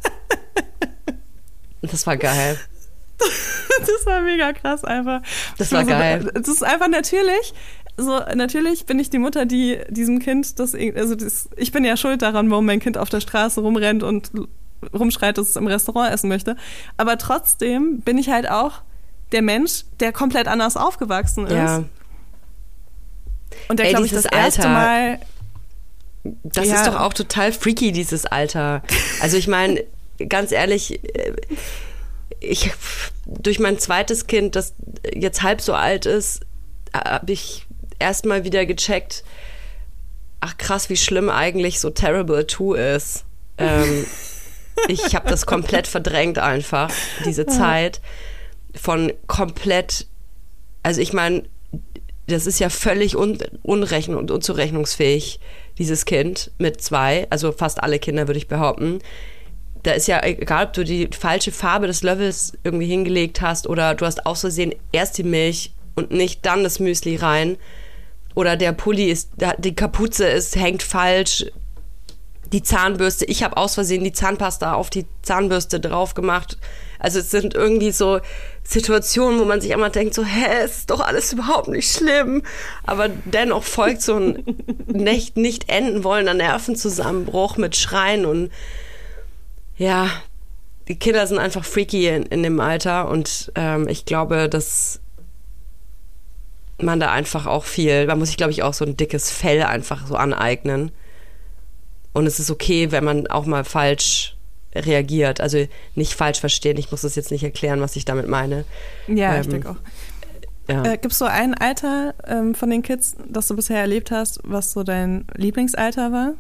Das war geil. Das war mega krass einfach. Das war so, geil. Das ist einfach natürlich, so natürlich bin ich die Mutter, die diesem Kind, das, also das, ich bin ja schuld daran, warum mein Kind auf der Straße rumrennt und rumschreit, dass es im Restaurant essen möchte. Aber trotzdem bin ich halt auch der Mensch, der komplett anders aufgewachsen ist. Ja. Und der, glaube ich, das erste Alter, Mal... Das ja. ist doch auch total freaky, dieses Alter. Also ich meine, ganz ehrlich, ich durch mein zweites Kind, das jetzt halb so alt ist, habe ich erstmal wieder gecheckt, ach krass, wie schlimm eigentlich so Terrible two ist. Ähm, ich habe das komplett verdrängt einfach, diese Zeit von komplett, also ich meine, das ist ja völlig un, unrechen- und unzurechnungsfähig, dieses Kind mit zwei, also fast alle Kinder würde ich behaupten. Da ist ja egal, ob du die falsche Farbe des Löffels irgendwie hingelegt hast oder du hast aus Versehen erst die Milch und nicht dann das Müsli rein oder der Pulli ist, die Kapuze ist, hängt falsch, die Zahnbürste, ich habe aus Versehen die Zahnpasta auf die Zahnbürste drauf gemacht. Also es sind irgendwie so Situationen, wo man sich immer denkt, so, hä, es ist doch alles überhaupt nicht schlimm. Aber dennoch folgt so ein nicht, nicht enden wollender Nervenzusammenbruch mit Schreien und ja, die Kinder sind einfach freaky in, in dem Alter und ähm, ich glaube, dass man da einfach auch viel, da muss ich glaube ich auch so ein dickes Fell einfach so aneignen. Und es ist okay, wenn man auch mal falsch reagiert. Also nicht falsch verstehen, ich muss das jetzt nicht erklären, was ich damit meine. Ja, ähm, ich denke auch. Ja. Äh, Gibt es so ein Alter ähm, von den Kids, das du bisher erlebt hast, was so dein Lieblingsalter war?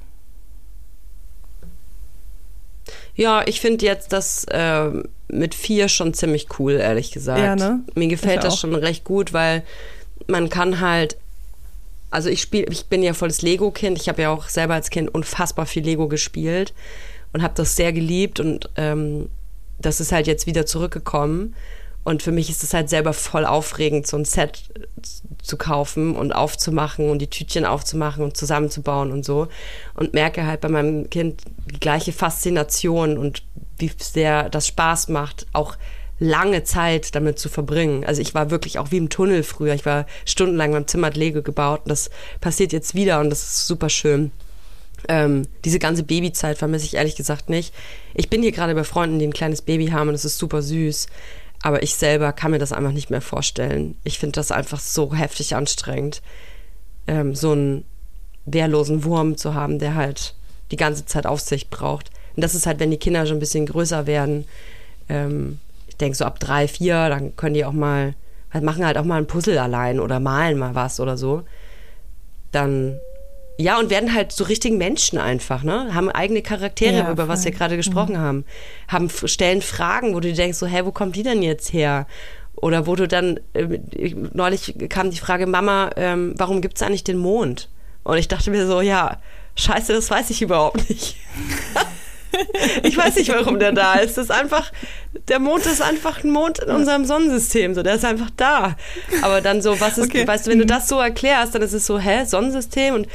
Ja, ich finde jetzt das äh, mit vier schon ziemlich cool, ehrlich gesagt. Ja, ne? Mir gefällt Ich das auch. schon recht gut, weil man kann halt, also ich spiele, ich bin ja volles Lego-Kind, ich habe ja auch selber als Kind unfassbar viel Lego gespielt und habe das sehr geliebt und ähm, das ist halt jetzt wieder zurückgekommen und für mich ist es halt selber voll aufregend, so ein Set zu kaufen und aufzumachen und die Tütchen aufzumachen und zusammenzubauen und so und merke halt bei meinem Kind die gleiche Faszination und wie sehr das Spaß macht, auch lange Zeit damit zu verbringen. Also ich war wirklich auch wie im Tunnel früher. Ich war stundenlang beim Zimmer, hat Lego gebaut und das passiert jetzt wieder und das ist super schön. Ähm, diese ganze Babyzeit vermisse ich ehrlich gesagt nicht. Ich bin hier gerade bei Freunden, die ein kleines Baby haben und das ist super süß. Aber ich selber kann mir das einfach nicht mehr vorstellen. Ich finde das einfach so heftig anstrengend, ähm, so einen wehrlosen Wurm zu haben, der halt die ganze Zeit Aufsicht braucht. Und das ist halt, wenn die Kinder schon ein bisschen größer werden, ähm, ich denke so ab drei, vier, dann können die auch mal, halt machen halt auch mal ein Puzzle allein oder malen mal was oder so. Dann, ja, und werden halt so richtigen Menschen einfach, ne? Haben eigene Charaktere, Ja, über was voll. wir gerade gesprochen mhm. haben. haben. Stellen Fragen, wo du dir denkst, so, hä, wo kommt die denn jetzt her? Oder wo du dann, äh, neulich kam die Frage, Mama, ähm, warum gibt's eigentlich den Mond? Und ich dachte mir so, ja, scheiße, das weiß ich überhaupt nicht. Ich weiß nicht, warum der da ist. Das ist einfach, der Mond ist einfach ein Mond in unserem Sonnensystem. So, der ist einfach da. Aber dann so, was ist, Okay. weißt du, wenn du das so erklärst, dann ist es so, hä, Sonnensystem? Und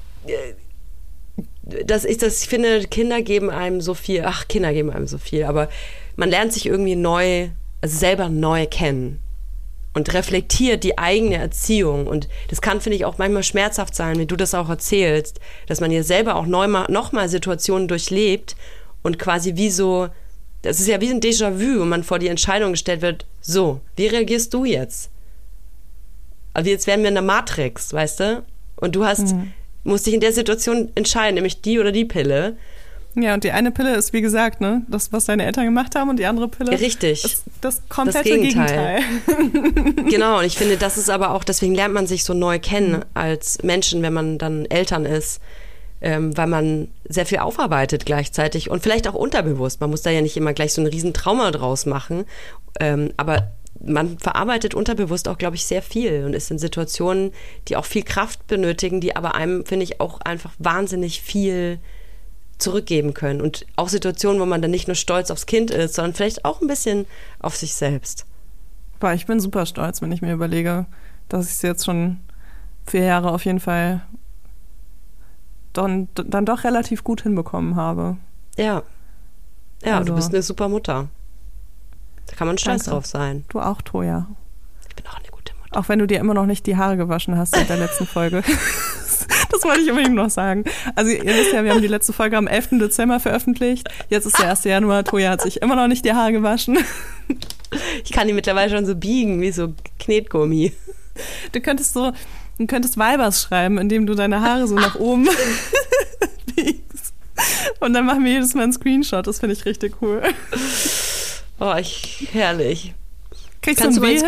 äh, das ist das, ich finde, Kinder geben einem so viel, ach, Kinder geben einem so viel, aber man lernt sich irgendwie neu, also selber neu kennen. Und reflektiert die eigene Erziehung. Und das kann, finde ich, auch manchmal schmerzhaft sein, wie du das auch erzählst, dass man ja selber auch neu mal, nochmal Situationen durchlebt und quasi wie so, das ist ja wie ein Déjà-vu, und man vor die Entscheidung gestellt wird, so, wie reagierst du jetzt? Also jetzt wären wir in der Matrix, weißt du? Und du hast, mhm. musst dich in der Situation entscheiden, nämlich die oder die Pille. Ja, und die eine Pille ist, wie gesagt, ne, das, was deine Eltern gemacht haben, und die andere Pille Richtig. ist das komplette das Gegenteil. Gegenteil. Genau, und ich finde, das ist aber auch, deswegen lernt man sich so neu kennen als Menschen, wenn man dann Eltern ist, ähm, weil man sehr viel aufarbeitet gleichzeitig und vielleicht auch unterbewusst. Man muss da ja nicht immer gleich so ein Riesentrauma draus machen, ähm, aber man verarbeitet unterbewusst auch, glaube ich, sehr viel und ist in Situationen, die auch viel Kraft benötigen, die aber einem, finde ich, auch einfach wahnsinnig viel zurückgeben können. Und auch Situationen, wo man dann nicht nur stolz aufs Kind ist, sondern vielleicht auch ein bisschen auf sich selbst. Boah, ich bin super stolz, wenn ich mir überlege, dass ich es jetzt schon vier Jahre auf jeden Fall dann, dann doch relativ gut hinbekommen habe. Ja. Ja, also, du bist eine super Mutter. Da kann man stolz danke. drauf sein. Du auch, Toja. Ich bin auch eine gute Mutter. Auch wenn du dir immer noch nicht die Haare gewaschen hast seit der letzten Folge. Das wollte ich unbedingt noch sagen. Also ihr wisst ja, wir haben die letzte Folge am elften Dezember veröffentlicht. Jetzt ist der erste Januar. Toja hat sich immer noch nicht die Haare gewaschen. Ich kann die mittlerweile schon so biegen, wie so Knetgummi. Du könntest so, du könntest Weibers schreiben, indem du deine Haare so nach oben biegst. Und dann machen wir jedes Mal einen Screenshot. Das finde ich richtig cool. Oh, ich, herrlich. Kriegst Kannst du ein du W hin?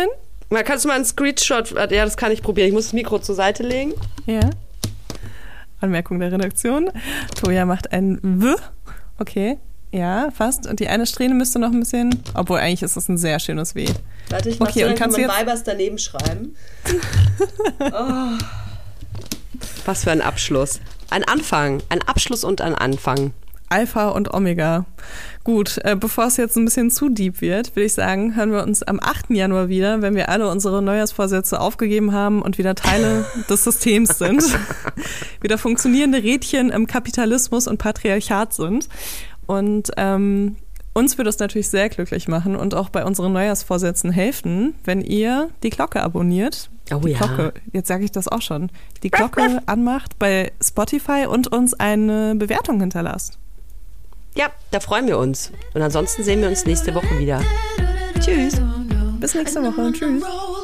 Mal, kannst du mal einen Screenshot, ja, das kann ich probieren. Ich muss das Mikro zur Seite legen. Ja. Anmerkung der Redaktion. Toja macht ein W. Okay, ja, fast. Und die eine Strähne müsste noch ein bisschen, obwohl eigentlich ist das ein sehr schönes W. Warte, ich mach okay, so, und kannst kann du man jetzt Weibers daneben schreiben. Oh. Was für ein Abschluss. Ein Anfang, ein Abschluss und ein Anfang. Alpha und Omega. Gut, äh, bevor es jetzt ein bisschen zu deep wird, würde ich sagen, hören wir uns am achten Januar wieder, wenn wir alle unsere Neujahrsvorsätze aufgegeben haben und wieder Teile des Systems sind. Wieder funktionierende Rädchen im Kapitalismus und Patriarchat sind. Und ähm, uns würde es natürlich sehr glücklich machen und auch bei unseren Neujahrsvorsätzen helfen, wenn ihr die Glocke abonniert. Oh die ja. Glocke, jetzt sage ich das auch schon, die Glocke anmacht bei Spotify und uns eine Bewertung hinterlasst. Ja, da freuen wir uns. Und ansonsten sehen wir uns nächste Woche wieder. Tschüss. Bis nächste Woche. Tschüss.